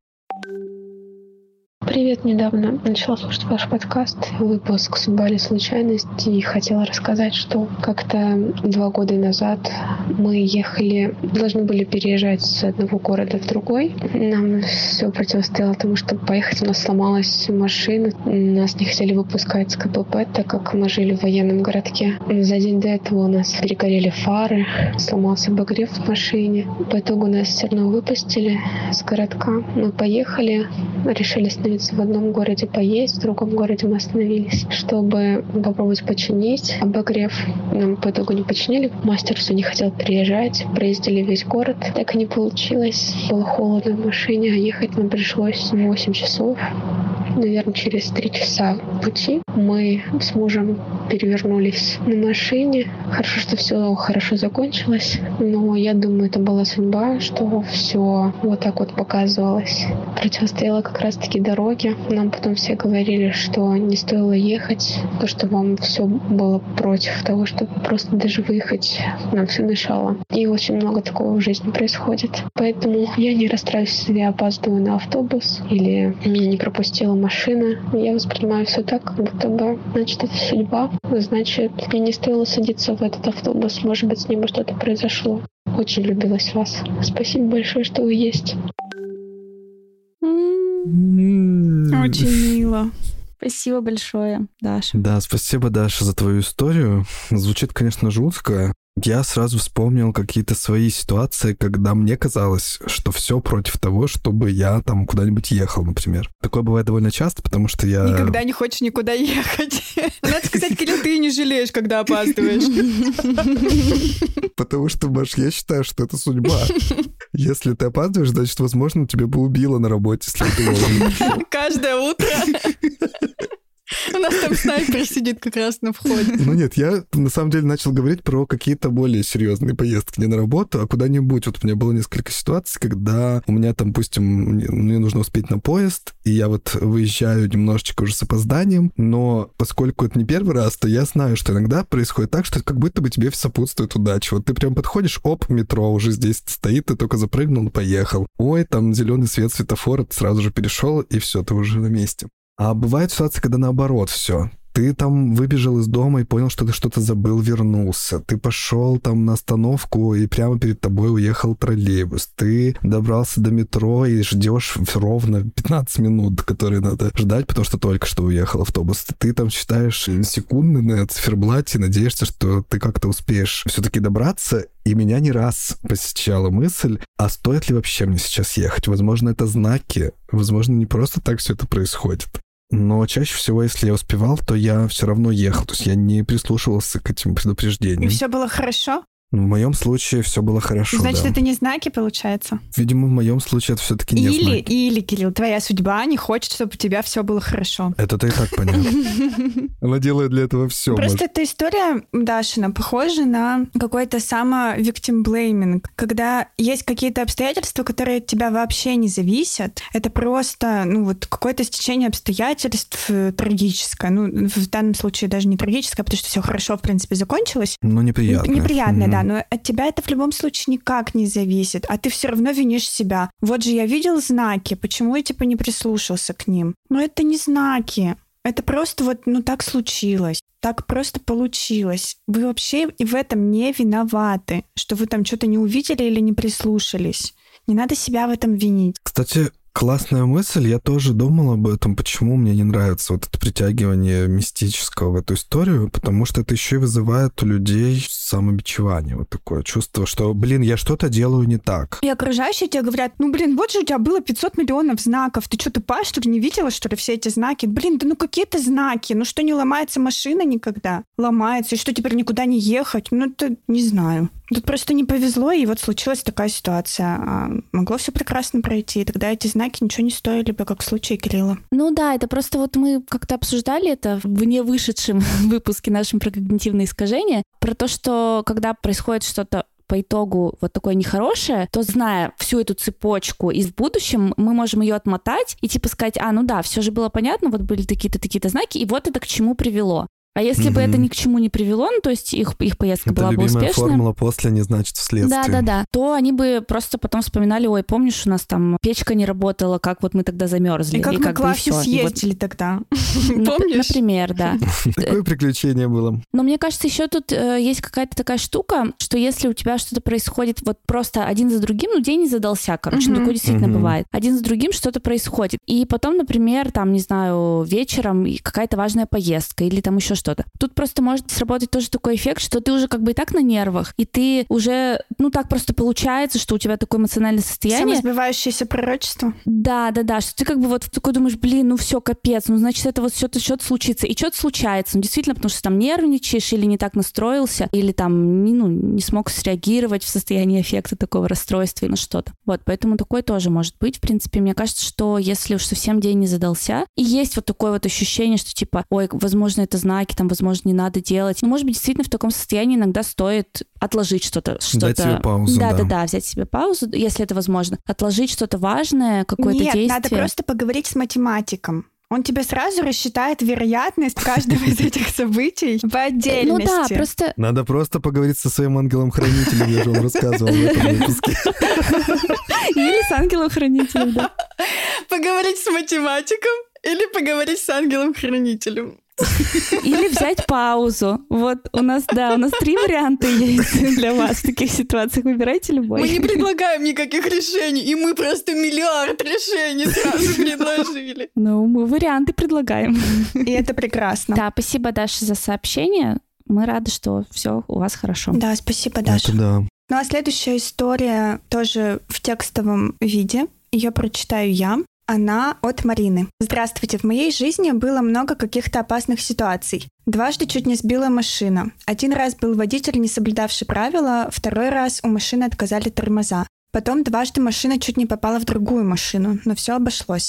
Привет, недавно начала слушать ваш подкаст, выпуск «Судьба или случайность», и хотела рассказать, что как-то два года назад мы ехали, должны были переезжать с одного города в другой. Нам все противостояло тому, чтобы поехать, у нас сломалась машина, нас не хотели выпускать с КПП, так как мы жили в военном городке. За день до этого у нас перегорели фары, сломался обогрев в машине. По итогу нас все равно выпустили с городка. Мы поехали, решили остановиться в одном городе поесть, в другом городе мы остановились, чтобы попробовать починить обогрев. Нам по итогу не починили, мастер все не хотел приезжать, проездили весь город, так и не получилось. Было холодно в машине, а ехать нам пришлось восемь часов. Наверное, через три часа пути мы с мужем перевернулись на машине. Хорошо, что все хорошо закончилось, но я думаю, это была судьба, что все вот так вот показывалось. Противостояла как раз-таки дороге. Нам потом все говорили, что не стоило ехать, то, что вам все было против того, чтобы просто даже выехать, нам все мешало. И очень много такого в жизни происходит. Поэтому я не расстраиваюсь, если я опаздываю на автобус или меня не пропустила машина. Я воспринимаю все так, как будто бы, значит, это судьба. Значит, мне не стоило садиться в этот автобус. Может быть, с ним что-то произошло. Очень любилась вас. Спасибо большое, что вы есть. Очень мило. Спасибо большое, Даша. Да, спасибо, Даша, за твою историю. Звучит, конечно, жутко. Я сразу вспомнил какие-то свои ситуации, когда мне казалось, что все против того, чтобы я там куда-нибудь ехал, например. Такое бывает довольно часто, потому что я... Никогда не хочешь никуда ехать. Надо сказать, Кирилл, ты не жалеешь, когда опаздываешь. Потому что, Маш, я считаю, что это судьба. Если ты опаздываешь, значит, возможно, тебя бы убило на работе, если ты вовремя пришел. Каждое утро. У нас там снайпер сидит как раз на входе. Ну нет, я на самом деле начал говорить про какие-то более серьезные поездки не на работу, а куда-нибудь. Вот у меня было несколько ситуаций, когда у меня там, допустим, мне нужно успеть на поезд, и я вот выезжаю немножечко уже с опозданием, но поскольку это не первый раз, то я знаю, что иногда происходит так, что как будто бы тебе сопутствует удача. Вот ты прям подходишь, оп, метро уже здесь стоит, ты только запрыгнул и поехал. Ой, там зеленый свет светофора, ты сразу же перешел, и все, ты уже на месте. А бывают ситуации, когда наоборот все. Ты там выбежал из дома и понял, что ты что-то забыл, вернулся. Ты пошел там на остановку, и прямо перед тобой уехал троллейбус. Ты добрался до метро и ждешь ровно пятнадцать минут, которые надо ждать, потому что только что уехал автобус. Ты там считаешь секунды на циферблате, надеешься, что ты как-то успеешь все-таки добраться. И меня не раз посещала мысль, а стоит ли вообще мне сейчас ехать? Возможно, это знаки, возможно, не просто так все это происходит. Но чаще всего, если я успевал, то я все равно ехал. То есть я не прислушивался к этим предупреждениям. И все было хорошо? В моем случае все было хорошо. Значит, да. это не знаки, получается? Видимо, в моем случае это все-таки не или, знаки. Или, Кирилл, твоя судьба не хочет, чтобы у тебя все было хорошо. Это-то и так понятно. Она делает для этого все. Просто эта история, Дашина, похожа на какой-то само-виктим-блейминг, когда есть какие-то обстоятельства, которые от тебя вообще не зависят. Это просто, ну, вот какое-то стечение обстоятельств трагическое. Ну, в данном случае даже не трагическое, потому что все хорошо, в принципе, закончилось. Ну, неприятно. Неприятно, да. Но от тебя это в любом случае никак не зависит, а ты все равно винишь себя. Вот же я видел знаки, почему я типа не прислушался к ним? Но это не знаки. Это просто вот, ну так случилось. Так просто получилось. Вы вообще в этом не виноваты, что вы там что-то не увидели или не прислушались. Не надо себя в этом винить. Кстати, классная мысль. Я тоже думал об этом, почему мне не нравится вот это притягивание мистического в эту историю, потому что это еще и вызывает у людей самобичевание, вот такое чувство, что, блин, я что-то делаю не так. И окружающие тебе говорят, ну, блин, вот же у тебя было пятьсот миллионов знаков, ты что, тупая, что ли, не видела, что ли, все эти знаки? Блин, да ну какие-то знаки, ну что, не ломается машина никогда? Ломается, и что, теперь никуда не ехать? Ну, это не знаю. Тут просто не повезло, и вот случилась такая ситуация. А могло все прекрасно пройти, и тогда эти знаки ничего не стоили бы, как в случае Кирилла. Ну да, это просто вот мы как-то обсуждали это в не вышедшем выпуске нашем про когнитивные искажения, про то, что когда происходит что-то по итогу вот такое нехорошее, то, зная всю эту цепочку, и в будущем мы можем ее отмотать и типа сказать, а, ну да, все же было понятно, вот были такие-то, такие-то знаки, и вот это к чему привело. А если mm-hmm. бы это ни к чему не привело, ну, то есть их, их поездка это была бы успешной... Это любимая формула «после» не значит «вследствие». Да-да-да. То они бы просто потом вспоминали, ой, помнишь, у нас там печка не работала, как вот мы тогда замерзли. И как и мы как к Лафе бы съездили вот... тогда. Помнишь? Например, да. Такое приключение было. Но мне кажется, еще тут э, есть какая-то такая штука, что если у тебя что-то происходит вот просто один за другим, ну, день не задался, короче, ну, такое действительно бывает. Один за другим что-то происходит. И потом, например, там, не знаю, вечером какая-то важная поездка или там еще что-то. Тут просто может сработать тоже такой эффект, что ты уже как бы и так на нервах, и ты уже, ну так просто получается, что у тебя такое эмоциональное состояние. Самосбывающееся пророчество. Да, да, да, что ты как бы вот такой думаешь, блин, ну все, капец, ну значит это вот что-то, что-то случится. И что-то случается, ну действительно, потому что там нервничаешь или не так настроился, или там не, ну, не смог среагировать в состоянии эффекта такого расстройства или на что-то. Вот, поэтому такое тоже может быть. В принципе, мне кажется, что если уж совсем день не задался, и есть вот такое вот ощущение, что типа, ой, возможно, это знаки, там, возможно, не надо делать. Ну, может быть, действительно в таком состоянии иногда стоит отложить что-то. что-то... Дать себе паузу, да. Да, да, да, взять себе паузу, если это возможно. Отложить что-то важное, какое-то Нет, действие. надо просто поговорить с математиком. Он тебе сразу рассчитает вероятность каждого из этих событий по отдельности. Ну да, просто... Надо просто поговорить со своим ангелом-хранителем, я же вам рассказывал в этом выпуске. Или с ангелом-хранителем, да. Поговорить с математиком или поговорить с ангелом-хранителем. Или взять паузу. Вот у нас, да, у нас три варианта есть для вас в таких ситуациях. Выбирайте любой. Мы не предлагаем никаких решений, и мы просто миллиард решений сразу предложили. Ну, мы варианты предлагаем. И это прекрасно. Да, спасибо, Даша, за сообщение. Мы рады, что все у вас хорошо. Да, спасибо, Даша. Это да. Ну а следующая история тоже в текстовом виде. Ее прочитаю я. Она от Марины. Здравствуйте. В моей жизни было много каких-то опасных ситуаций. Дважды чуть не сбила машина. Один раз был водитель, не соблюдавший правила, второй раз у машины отказали тормоза. Потом дважды машина чуть не попала в другую машину, но все обошлось.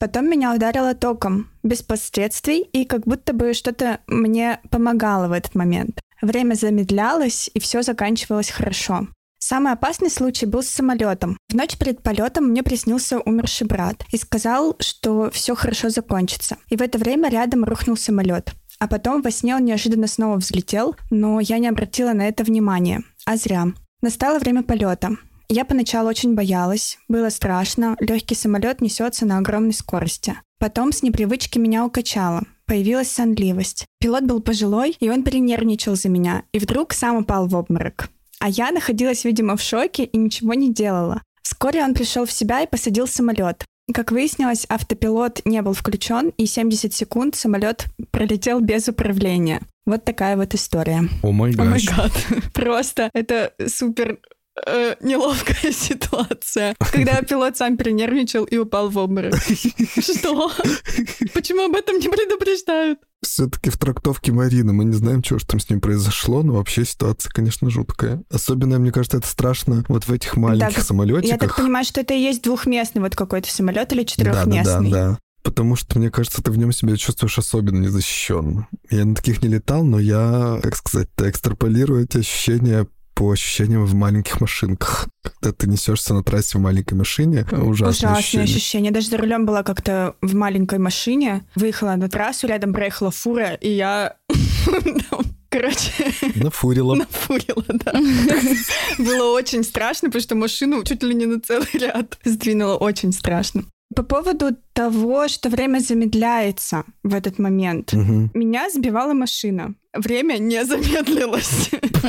Потом меня ударило током, без последствий, и как будто бы что-то мне помогало в этот момент. Время замедлялось, и все заканчивалось хорошо. Самый опасный случай был с самолетом. В ночь перед полетом мне приснился умерший брат и сказал, что все хорошо закончится. И в это время рядом рухнул самолет. А потом во сне он неожиданно снова взлетел, но я не обратила на это внимания. А зря. Настало время полета. Я поначалу очень боялась, было страшно, легкий самолет несется на огромной скорости. Потом с непривычки меня укачало. Появилась сонливость. Пилот был пожилой, и он перенервничал за меня, и вдруг сам упал в обморок. А я находилась, видимо, в шоке и ничего не делала. Вскоре он пришел в себя и посадил самолет. Как выяснилось, автопилот не был включен, и семьдесят секунд самолет пролетел без управления. Вот такая вот история. О май гад. О май гад. Просто это супер э, неловкая ситуация. Когда пилот сам перенервничал и упал в обморок. Что? Почему об этом не предупреждают? Все-таки в трактовке Марины мы не знаем, что же там с ним произошло, но вообще ситуация, конечно, жуткая. Особенно, мне кажется, это страшно вот в этих маленьких так, самолетиках. Я так понимаю, что это и есть двухместный вот какой-то самолет или четырехместный. Да, да, да, да. Потому что, мне кажется, ты в нем себя чувствуешь особенно незащищенно. Я на таких не летал, но я, как сказать, экстраполирую эти ощущения по ощущениям в маленьких машинках. Когда ты несешься на трассе в маленькой машине, ужасное, ужасное ощущение. ощущение. Даже за рулем была как-то в маленькой машине, выехала на трассу, рядом проехала фура, и я... Короче... Нафурила. Нафурила, да. Было очень страшно, потому что машину чуть ли не на целый ряд сдвинуло. Очень страшно. По поводу того, что время замедляется в этот момент. Угу. Меня сбивала машина. Время не замедлилось.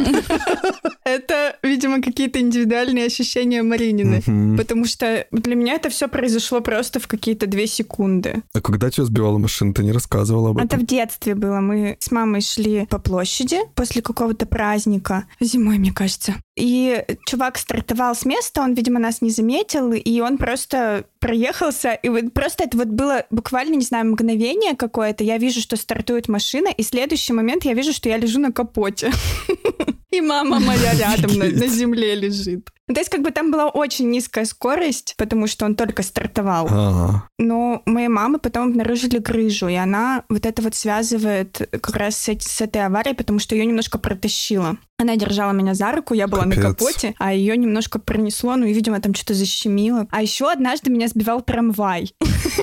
Это, видимо, какие-то индивидуальные ощущения Маринины. Потому что для меня это все произошло просто в какие-то две секунды. А когда тебя сбивала машина, ты не рассказывала об этом? Это в детстве было. Мы с мамой шли по площади после какого-то праздника. Зимой, мне кажется. И чувак стартовал с места, он, видимо, нас не заметил, и он просто проехался. И вот просто это вот было буквально, не знаю, мгновение какое-то. Я вижу, что стартует машина, и в следующий момент я вижу, что я лежу на капоте. И мама моя рядом на, на земле лежит. То есть как бы там была очень низкая скорость, потому что он только стартовал. А-а-а. Но моей мамы потом обнаружили грыжу, и она вот это вот связывает как раз с, с этой аварией, потому что ее немножко протащило. Она держала меня за руку, я была Капец. на капоте, а ее немножко пронесло, ну и, видимо, там что-то защемило. А еще однажды меня сбивал трамвай.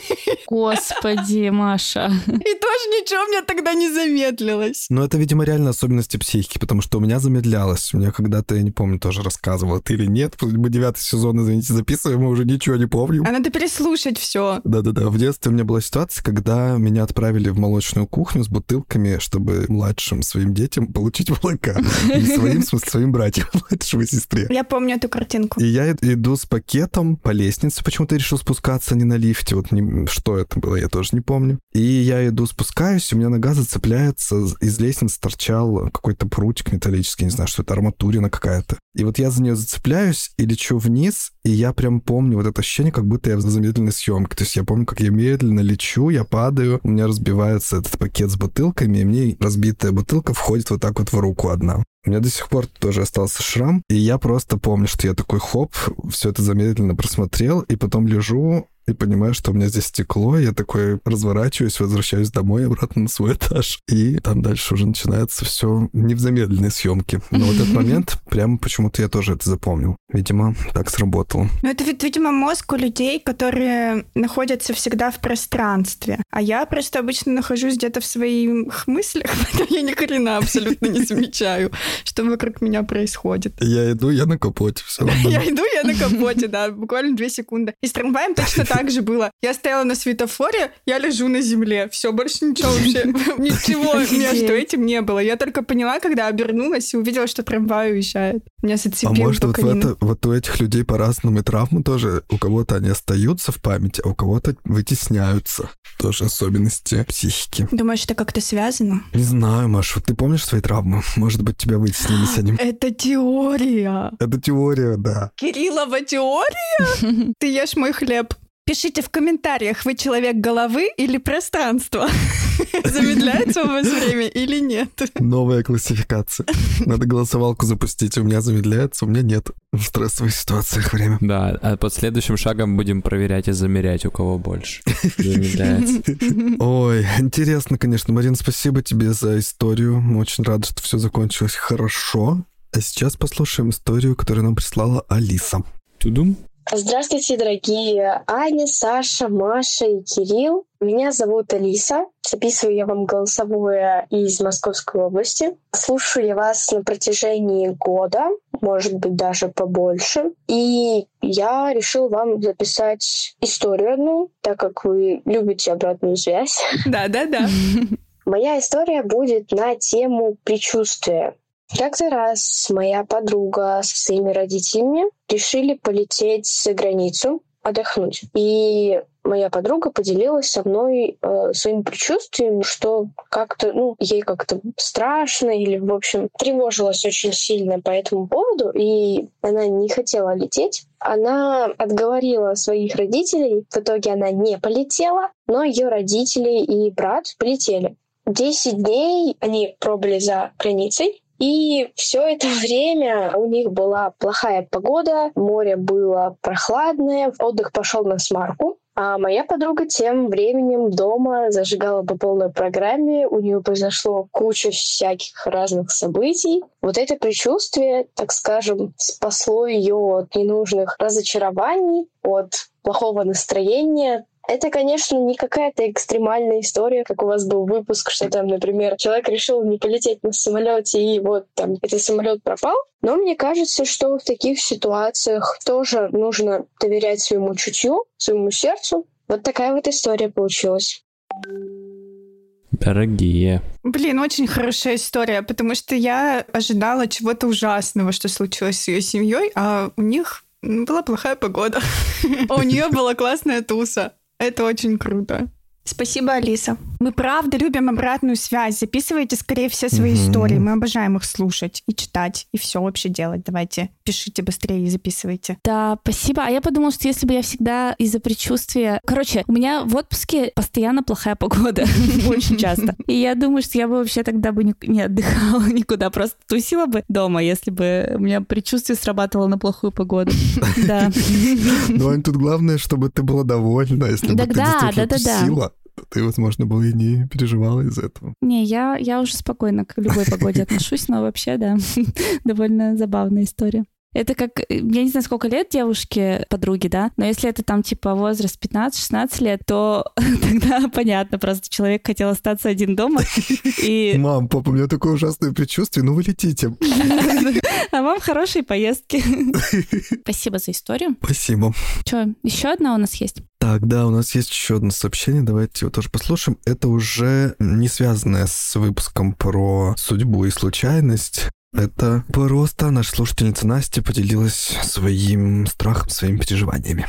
Господи, Маша. И тоже ничего мне тогда не замедлилось. Ну, это, видимо, реально особенности психики, потому что у меня замедлялось. У меня когда-то, я не помню, тоже рассказывала, ты или нет. Мы девятый сезон, извините, записываем, мы уже ничего не помним. А надо переслушать все. Да-да-да. В детстве у меня была ситуация, когда меня отправили в молочную кухню с бутылками, чтобы младшим своим детям получить молока. Не своим, в смысле, своим братьям, младшему сестре. Я помню эту картинку. И я иду с пакетом по лестнице, почему-то решил спускаться, а не на лифте. Вот не, что это было, я тоже не помню. И я иду, спускаюсь, и у меня нога зацепляется, из лестницы торчал какой-то прутик металлический, не знаю, что это, арматурина какая-то. И вот я за нее зацепляюсь и лечу вниз, и я прям помню вот это ощущение, как будто я в замедленной съемке. То есть я помню, как я медленно лечу, я падаю, у меня разбивается этот пакет с бутылками, и мне разбитая бутылка входит вот так вот в руку одна. У меня до сих пор тоже остался шрам, и я просто помню, что я такой хоп, все это замедленно просмотрел, и потом лежу и понимаю, что у меня здесь стекло, и я такой разворачиваюсь, возвращаюсь домой обратно на свой этаж, и там дальше уже начинается все не в замедленной съемке. Но вот этот момент, прямо почему-то я тоже это запомнил. Видимо, так сработало. Ну, это, видимо, мозг у людей, которые находятся всегда в пространстве. А я просто обычно нахожусь где-то в своих мыслях, поэтому я ни хрена абсолютно не замечаю, что вокруг меня происходит. Я иду, я на капоте, все. Я иду, я на капоте, да, буквально две секунды. И с трамваем точно так же было. Я стояла на светофоре, я лежу на земле. Все, больше ничего вообще, ничего между этим не было. Я только поняла, когда обернулась и увидела, что трамвай уезжает. Меня зацепило. А может, вот, в это, вот у этих людей по-разному и травмы тоже. У кого-то они остаются в памяти, а у кого-то вытесняются. Тоже особенности психики. Думаешь, это как-то связано? Не знаю, Маша, вот ты помнишь свои травмы? Может быть, тебя вытеснили с ним? Это теория. Это теория, да. Кириллова теория? Ты ешь мой хлеб. Пишите в комментариях, вы человек головы или пространства. Замедляется у вас время или нет? Новая классификация. Надо голосовалку запустить. У меня замедляется, у меня нет. В стрессовых ситуациях время. Да, а под следующим шагом будем проверять и замерять, у кого больше замедляется. Ой, интересно, конечно. Марин, спасибо тебе за историю. Мы очень рады, что все закончилось хорошо. А сейчас послушаем историю, которую нам прислала Алиса. Тудум. Здравствуйте, дорогие Аня, Саша, Маша и Кирилл. Меня зовут Алиса. Записываю я вам голосовое из Московской области. Слушаю я вас на протяжении года, может быть, даже побольше. И я решила вам записать историю одну, так как вы любите обратную связь. Да-да-да. Моя история будет на тему предчувствия. Как-то раз моя подруга со своими родителями решили полететь за границу отдохнуть. И моя подруга поделилась со мной э, своим предчувствием, что как-то, ну, ей как-то страшно или, в общем, тревожилась очень сильно по этому поводу, и она не хотела лететь. Она отговорила своих родителей, в итоге она не полетела, но ее родители и брат полетели. Десять дней они пробыли за границей, и все это время у них была плохая погода, море было прохладное, отдых пошел на смарку. А моя подруга тем временем дома зажигала по полной программе, у нее произошло куча всяких разных событий. Вот это предчувствие, так скажем, спасло ее от ненужных разочарований, от плохого настроения. Это, конечно, не какая-то экстремальная история, как у вас был выпуск, что там, например, человек решил не полететь на самолете, и вот там этот самолет пропал. Но мне кажется, что в таких ситуациях тоже нужно доверять своему чутью, своему сердцу. Вот такая вот история получилась. Дорогие. Блин, очень хорошая история, потому что я ожидала чего-то ужасного, что случилось с ее семьей, а у них была плохая погода. А у нее была классная туса. Это очень круто. Спасибо, Алиса. Мы правда любим обратную связь. Записывайте скорее все свои mm-hmm. истории. Мы обожаем их слушать и читать, и все вообще делать. Давайте, пишите быстрее и записывайте. Да, спасибо. А я подумала, что если бы я всегда из-за предчувствия... Короче, у меня в отпуске постоянно плохая погода. Очень часто. И я думаю, что я бы вообще тогда бы не отдыхала никуда. Просто тусила бы дома, если бы у меня предчувствие срабатывало на плохую погоду. Да. Ну, Ань, тут главное, чтобы ты была довольна. Если бы ты действительно тусила, ты, возможно, бы и не переживала из-за этого. Не, я, я уже спокойно к любой погоде отношусь, но вообще, да, довольно забавная история. Это как, я не знаю, сколько лет девушке, подруге, да, но если это там типа возраст пятнадцать-шестнадцать лет, то тогда понятно, просто человек хотел остаться один дома. И... Мам, папа, у меня такое ужасное предчувствие, ну вы летите. А вам хорошие поездки. Спасибо за историю. Спасибо. Что, еще одна у нас есть? Так, да, у нас есть еще одно сообщение, давайте его тоже послушаем. Это уже не связанное с выпуском про судьбу и случайность. Это просто наша слушательница Настя поделилась своим страхом, своими переживаниями.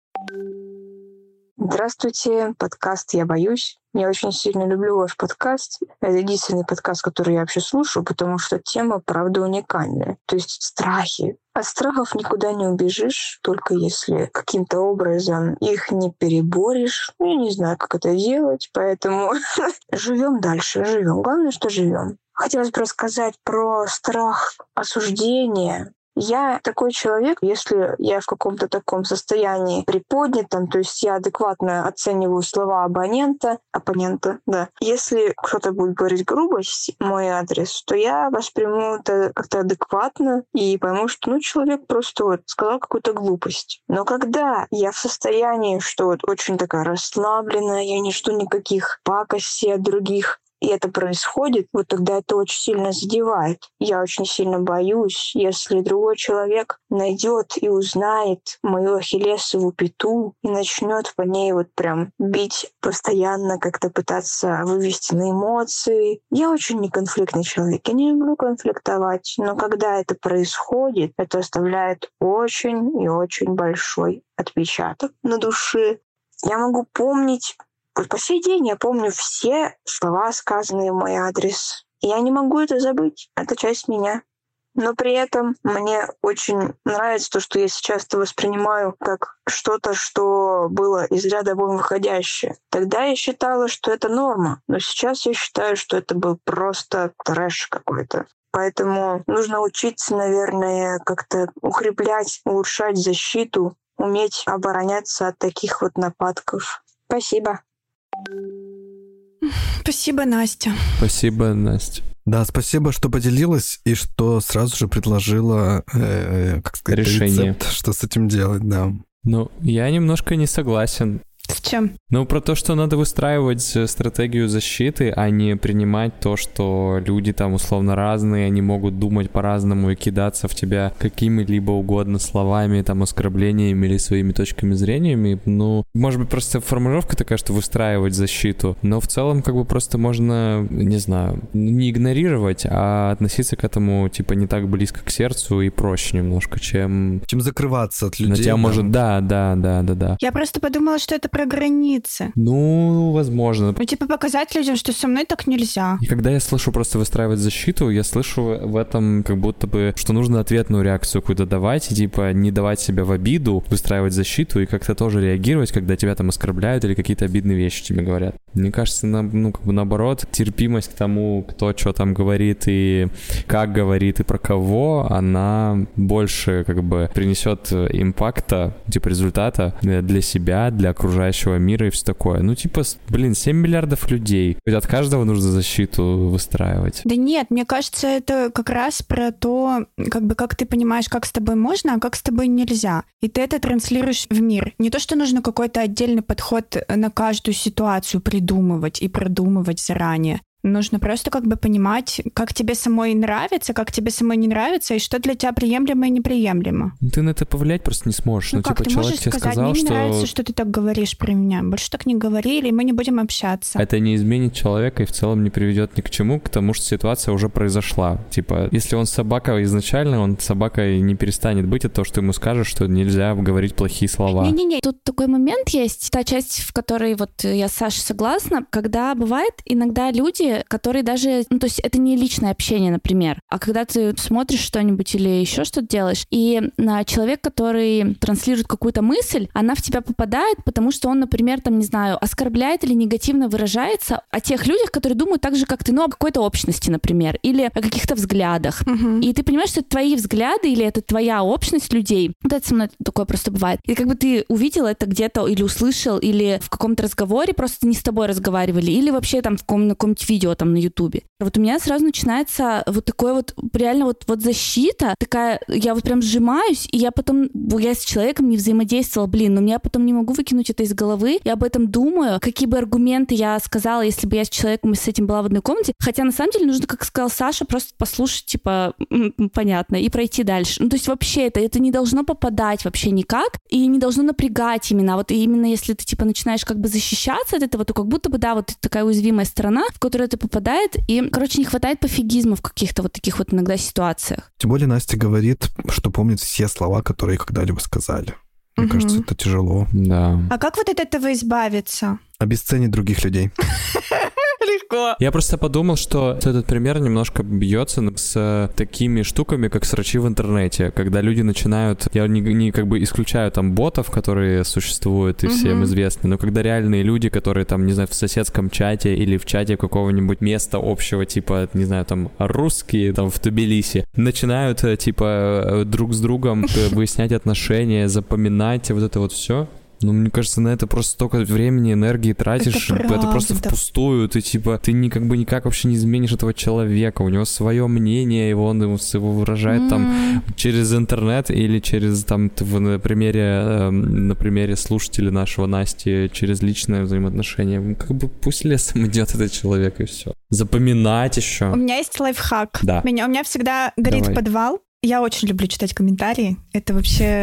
Здравствуйте, подкаст «Я боюсь». Я очень сильно люблю ваш подкаст. Это единственный подкаст, который я вообще слушаю, потому что тема, правда, уникальная. То есть страхи. От страхов никуда не убежишь, только если каким-то образом их не переборешь. Я не знаю, как это делать, поэтому живем дальше, живем. Главное, что живем. Хотелось бы рассказать про страх осуждения. Я такой человек, если я в каком-то таком состоянии приподнятом, то есть я адекватно оцениваю слова абонента, оппонента, да. Если кто-то будет говорить грубость в мой адрес, то я восприму это как-то адекватно и пойму, что ну, человек просто вот сказал какую-то глупость. Но когда я в состоянии, что вот очень такая расслабленная, я не жду никаких пакостей от других, и это происходит, вот тогда это очень сильно задевает. Я очень сильно боюсь, если другой человек найдет и узнает мою ахиллесову пяту и начнет по ней вот прям бить постоянно, как-то пытаться вывести на эмоции. Я очень неконфликтный человек, я не люблю конфликтовать, но когда это происходит, это оставляет очень и очень большой отпечаток на душе. Я могу помнить Вот по сей день я помню все слова, сказанные в мой адрес. И я не могу это забыть. Это часть меня. Но при этом мне очень нравится то, что я сейчас это воспринимаю как что-то, что было из ряда вон выходящее. Тогда я считала, что это норма, но сейчас я считаю, что это был просто трэш какой-то. Поэтому нужно учиться, наверное, как-то укреплять, улучшать защиту, уметь обороняться от таких вот нападков. Спасибо. Спасибо, Настя. Спасибо, Настя. Да, спасибо, что поделилась и что сразу же предложила, э, как сказать, решение, рецепт, что с этим делать, да. Ну, я немножко не согласен. С чем? Ну, про то, что надо выстраивать стратегию защиты, а не принимать то, что люди там условно разные, они могут думать по-разному и кидаться в тебя какими-либо угодно словами, там, оскорблениями или своими точками зрения. Ну, может быть, просто формулировка такая, что выстраивать защиту, но в целом как бы просто можно, не знаю, не игнорировать, а относиться к этому, типа, не так близко к сердцу и проще немножко, чем... Чем закрываться от людей. На тебя да. может... Да, да, да, да, да. Я просто подумала, что это про границы. Ну, возможно. Ну, типа показать людям, что со мной так нельзя. И когда я слышу просто выстраивать защиту, я слышу в этом как будто бы, что нужно ответную реакцию какую-то давать, и типа не давать себя в обиду, выстраивать защиту и как-то тоже реагировать, когда тебя там оскорбляют или какие-то обидные вещи тебе говорят. Мне кажется, на, ну, как бы наоборот, терпимость к тому, кто что там говорит и как говорит и про кого, она больше как бы принесет импакта, типа результата для себя, для окружающего мира и все такое. Ну, типа, блин, семь миллиардов людей. От каждого нужно защиту выстраивать. Да нет, мне кажется, это как раз про то, как бы, как ты понимаешь, как с тобой можно, а как с тобой нельзя. И ты это транслируешь в мир. Не то, что нужно какой-то отдельный подход на каждую ситуацию придумывать и продумывать заранее. Нужно просто как бы понимать, как тебе самой нравится, как тебе самой не нравится, и что для тебя приемлемо и неприемлемо. Ты на это повлиять просто не сможешь. Ну, ну как, типа, ты человек можешь тебе сказать, сказал, мне не что... нравится, что ты так говоришь про меня. Больше так не говори, или мы не будем общаться. Это не изменит человека и в целом не приведет ни к чему, к тому, что ситуация уже произошла. Типа, если он собака изначально, он собакой не перестанет быть от того, что ему скажешь, что нельзя говорить плохие слова. Не-не-не, тут такой момент есть, та часть, в которой вот я с Сашей согласна, когда бывает иногда люди, которые даже, ну, то есть это не личное общение, например, а когда ты смотришь что-нибудь или еще что-то делаешь, и на человек, который транслирует какую-то мысль, она в тебя попадает, потому что он, например, там, не знаю, оскорбляет или негативно выражается о тех людях, которые думают так же, как ты, ну, о какой-то общности, например, или о каких-то взглядах. Угу. И ты понимаешь, что это твои взгляды или это твоя общность людей. Вот это со мной такое просто бывает. И как бы ты увидел это где-то или услышал, или в каком-то разговоре просто не с тобой разговаривали, или вообще там в каком-нибудь видео там на Ютубе. Вот у меня сразу начинается вот такое вот, реально вот, вот защита такая, я вот прям сжимаюсь, и я потом, я с человеком не взаимодействовала, блин, но я потом не могу выкинуть это из головы, я об этом думаю, какие бы аргументы я сказала, если бы я с человеком с этим была в одной комнате, хотя на самом деле нужно, как сказал Саша, просто послушать, типа, понятно, и пройти дальше. Ну, то есть вообще это, это не должно попадать вообще никак, и не должно напрягать именно, вот именно если ты, типа, начинаешь как бы защищаться от этого, то как будто бы, да, вот такая уязвимая сторона, в которую это попадает, и, короче, не хватает пофигизма в каких-то вот таких вот иногда ситуациях. Тем более Настя говорит, что помнит все слова, которые когда-либо сказали. Мне Угу. кажется, это тяжело. Да. А как вот от этого избавиться? Обесценить других людей. Легко. Я просто подумал, что этот пример немножко бьется с такими штуками, как срачи в интернете, когда люди начинают, я не, не как бы исключаю там ботов, которые существуют и Мгм. всем известны, но когда реальные люди, которые там, не знаю, в соседском чате или в чате какого-нибудь места общего, типа, не знаю, там, русские там в Тбилиси, начинают, э, типа, э, друг с другом э, выяснять отношения, запоминать вот это вот все. Ну, мне кажется, на это просто столько времени, энергии тратишь, Это это, просто правда. впустую, ты типа, ты ни, как бы никак вообще не изменишь этого человека, у него свое мнение, и он его, его выражает там М. через интернет или через там т- в, на примере, эм, на примере слушателя нашего Насти через личное взаимоотношение. Как бы пусть лесом идет этот человек и все. Запоминать У еще. меня есть лайфхак. Да. Меня, у меня всегда горит Давай. подвал. Я очень люблю читать комментарии. Это вообще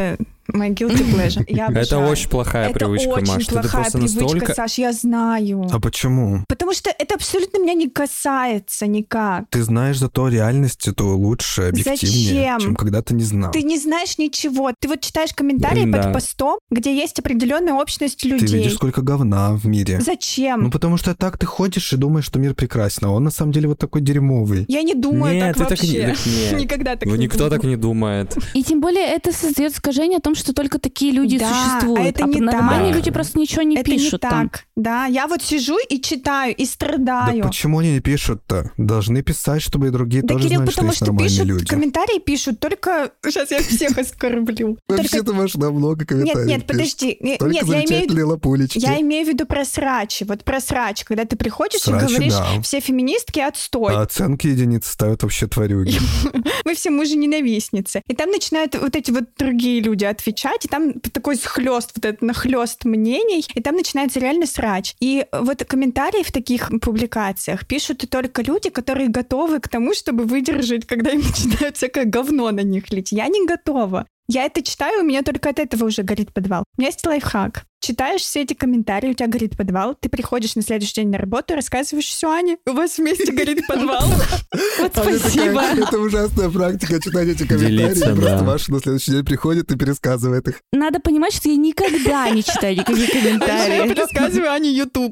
My guilty pleasure. Я Это обожаю. очень плохая Это привычка, очень Маш. Ты плохая просто привычка, настолько... Саш, я знаю. А почему? Потому что это абсолютно меня не касается никак. Ты знаешь зато реальность, это лучше, объективнее, Зачем? чем когда ты не знал. Ты не знаешь ничего. Ты вот читаешь комментарии Да. под постом, где есть определенная общность Ты людей. видишь, сколько говна в мире. Зачем? Ну, потому что так ты ходишь и думаешь, что мир прекрасен, а он на самом деле вот такой дерьмовый. Я не думаю Нет, так ты так не- вообще. так нет. Никогда так Ну, не никто думаю. так не думает. И тем более это создает искажение о том, что только такие люди Да, существуют. а это не нормальные так. люди просто ничего не Это пишут не там. так. Да, я вот сижу и читаю, и Да страдаю. почему они не пишут-то? Должны писать, чтобы и другие Да, тоже Кирилл, знали, что потому есть что нормальные пишут, люди. комментарии пишут только... Сейчас я всех оскорблю. Только- Вообще-то, Маш, много Нет, комментариев нет, пишут. подожди. Не- Только Нет, я имею в виду... замечательные лапулечки. Я имею в виду про срачи. Вот про срачи, когда ты приходишь Срачи, и говоришь, да. все феминистки отстой. А оценки единицы ставят вообще тварюги. Вы все мужи-ненавистницы. И там начинают вот эти вот другие люди отвечать, и там такой схлёст, вот этот нахлёст мнений, и там начинается реально срач. И вот комментарии в таких публикациях пишут только люди, которые готовы к тому, чтобы выдержать, когда им начинают всякое говно на них лить. Я не готова. Я это читаю, у меня только от этого уже горит подвал. У меня есть лайфхак. Читаешь все эти комментарии, у тебя горит подвал, ты приходишь на следующий день на работу, рассказываешь все Ане, у вас вместе горит подвал. Вот А мне спасибо. такая- Это ужасная практика, читать эти комментарии. Делиться, Просто да. Маша на следующий день приходит и пересказывает их. Надо понимать, что я никогда не читаю никакие Я комментарии. рассказываю Ане YouTube.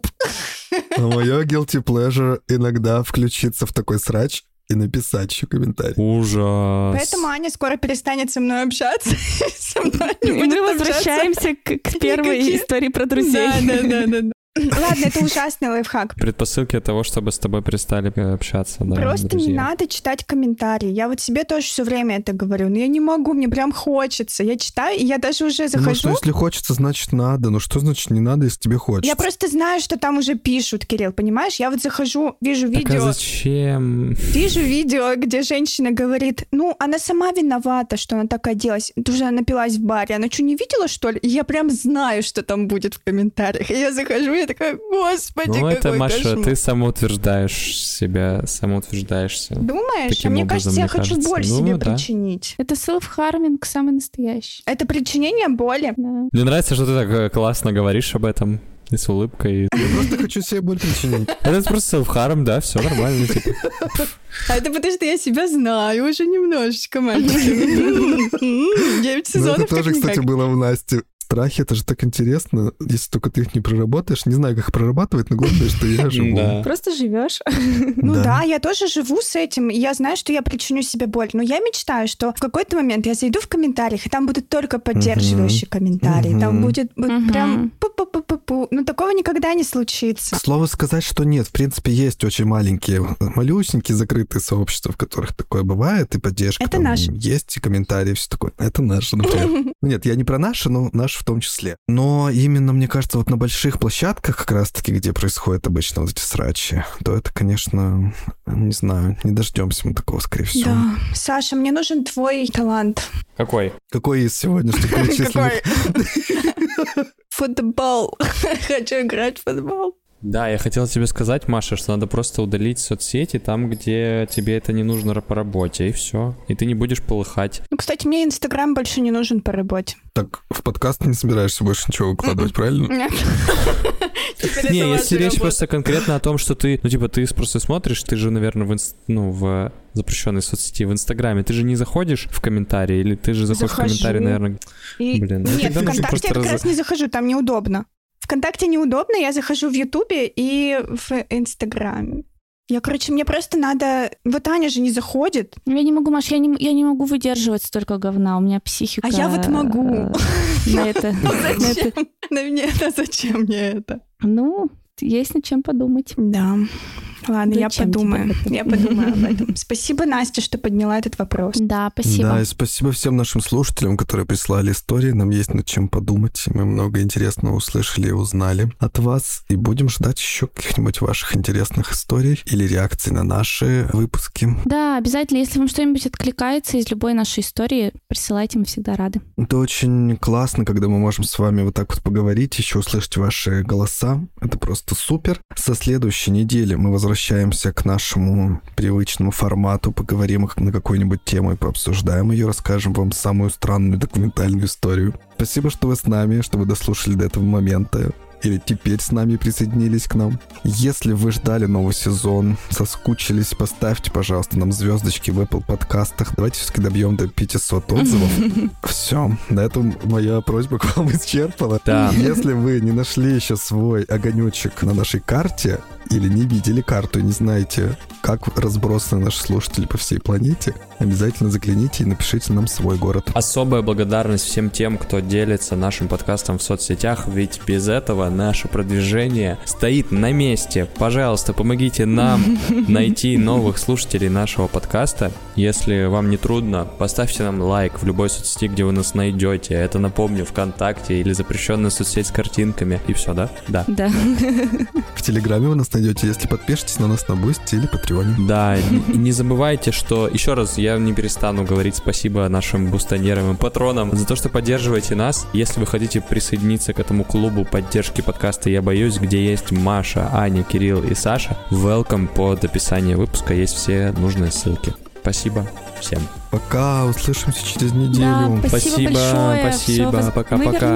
А мое guilty pleasure иногда включиться в такой срач и написать еще комментарий. Ужас. Поэтому Аня скоро перестанет со мной общаться. Со мной не И будет мы общаться. возвращаемся к, к первой Никакие- истории про друзей. Да, да, да, да, да. Ладно, это ужасный лайфхак. Предпосылки того, чтобы с тобой перестали э, общаться, да, Просто друзья. не надо читать комментарии. Я вот себе тоже все время это говорю. Но я не могу, мне прям хочется. Я читаю, и я даже уже Ну, захожу. что если хочется, значит надо. Ну что значит не надо, если тебе хочется? Я просто знаю, что там уже пишут, Кирилл, понимаешь? Я вот захожу, вижу Так а видео, зачем? вижу видео, где женщина говорит, ну, она сама виновата, что она так оделась. Тоже она напилась в баре. Она что, не видела, что ли? И я прям знаю, что там будет в комментариях. И я захожу, и я такая, господи, Ну, это, какой Маша, кошмар. ты самоутверждаешь себя, самоутверждаешься. Думаешь? Таким а мне образом, кажется, я мне хочу кажется. боль Ну, себе да. причинить. Это селф-харминг самый настоящий. Это причинение боли. Да. Мне нравится, что ты так э, классно говоришь об этом. И с улыбкой. Я просто хочу себе боль причинить. Это просто self-harm, да, все нормально. Типа. А это потому, что я себя знаю уже немножечко, мальчики. Девять Ну, сезонов это тоже, как-никак. кстати, было в Насте. Страхи, это же так интересно, если только ты их не проработаешь. Не знаю, как их прорабатывать, но главное, что я живу. Да. Просто живешь. Ну да. Да. я тоже живу с этим, и я знаю, что я причиню себе боль. Но я мечтаю, что в какой-то момент я зайду в комментариях, и там будут только поддерживающие комментарии. Там Мгм. будет вот Мгм. прям пу-пу-пу-пу-пу. Но такого никогда не случится. Слово сказать, что нет. В принципе, есть очень маленькие, малюсенькие закрытые сообщества, в которых такое бывает, и поддержка. Это там наши. Есть, и комментарии, все такое. Это наше, например. Ну, нет, я не про наши, но наши в том числе. Но именно, мне кажется, вот на больших площадках, как раз-таки, где происходят обычно вот эти срачи, то это, конечно, не знаю, не дождемся мы такого, скорее всего. Да. Саша, мне нужен твой талант. Какой? Какой из сегодняшних перечисленных? Какой? Футбол. Хочу играть в футбол. Да, я хотел тебе сказать, Маша, что надо просто удалить соцсети там, где тебе это не нужно по работе, и все. И ты не будешь полыхать. Ну, кстати, мне Инстаграм больше не нужен по работе. Так, в подкаст не собираешься больше ничего выкладывать, правильно? Нет. Теперь это Не, ваша если речь работа. просто конкретно о том, что ты, ну, типа, ты просто смотришь, ты же, наверное, в, инст... ну, в запрещенной соцсети, в Инстаграме, ты же не заходишь в комментарии, или ты же заходишь Захожу. в комментарии, наверное... И- Блин, ну Нет, тогда нужно ВКонтакте просто я как раз- раз не захожу, там неудобно. ВКонтакте неудобно, я захожу в Ютубе и в Инстаграме. Я, короче, мне просто надо... Вот Аня же не заходит, Я не могу, Маш, я не, я не могу выдерживать столько говна. У меня психика... а я вот могу. э, На это... на это- Зачем? Да нет, а зачем мне это? Ну, есть над чем подумать. Да. Ладно, я Зачем тебе подумаю. это? Я подумаю об этом. Спасибо, Настя, что подняла этот вопрос. Да, спасибо. Да, и спасибо всем нашим слушателям, которые прислали истории. Нам есть над чем подумать. Мы много интересного услышали и узнали от вас. И будем ждать еще каких-нибудь ваших интересных историй или реакций на наши выпуски. Да, обязательно, если вам что-нибудь откликается из любой нашей истории, присылайте, мы всегда рады. Это очень классно, когда мы можем с вами вот так вот поговорить, еще услышать ваши голоса. Это просто супер. Со следующей недели мы, возвращаемся возвращаемся к нашему привычному формату, поговорим на какую-нибудь тему и пообсуждаем ее, расскажем вам самую странную документальную историю. Спасибо, что вы с нами, что вы дослушали до этого момента. Или теперь с нами присоединились к нам. Если вы ждали новый сезон, соскучились, поставьте, пожалуйста, нам звездочки в Apple подкастах. Давайте все-таки добьем до пятисот отзывов. Все, на этом моя просьба к вам исчерпана. Да. Если вы не нашли еще свой огонечек на нашей карте, или не видели карту и не знаете, как разбросаны наши слушатели по всей планете, обязательно загляните и напишите нам свой город. Особая благодарность всем тем, кто делится нашим подкастом в соцсетях, ведь без этого наше продвижение стоит на месте. Пожалуйста, помогите нам найти новых слушателей нашего подкаста. Если вам не трудно, поставьте нам лайк в любой соцсети, где вы нас найдете. Это, напомню, ВКонтакте или запрещенная соцсеть с картинками. И все, да? Да. Да. В Телеграме вы нас найдете, если подпишетесь на нас на Бусти или Патреоне. Да, и не забывайте, что, еще раз, я не перестану говорить спасибо нашим бустонерам и патронам за то, что поддерживаете нас. Если вы хотите присоединиться к этому клубу поддержки подкаста «Я боюсь», где есть Маша, Аня, Кирилл и Саша, welcome, под описанием выпуска есть все нужные ссылки. Спасибо всем. Пока, услышимся через неделю. Да, спасибо, большое. Спасибо, Всё, пока-пока.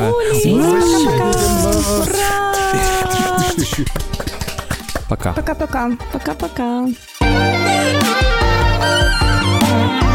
Пока-пока. Пока. Пока-пока. Пока-пока.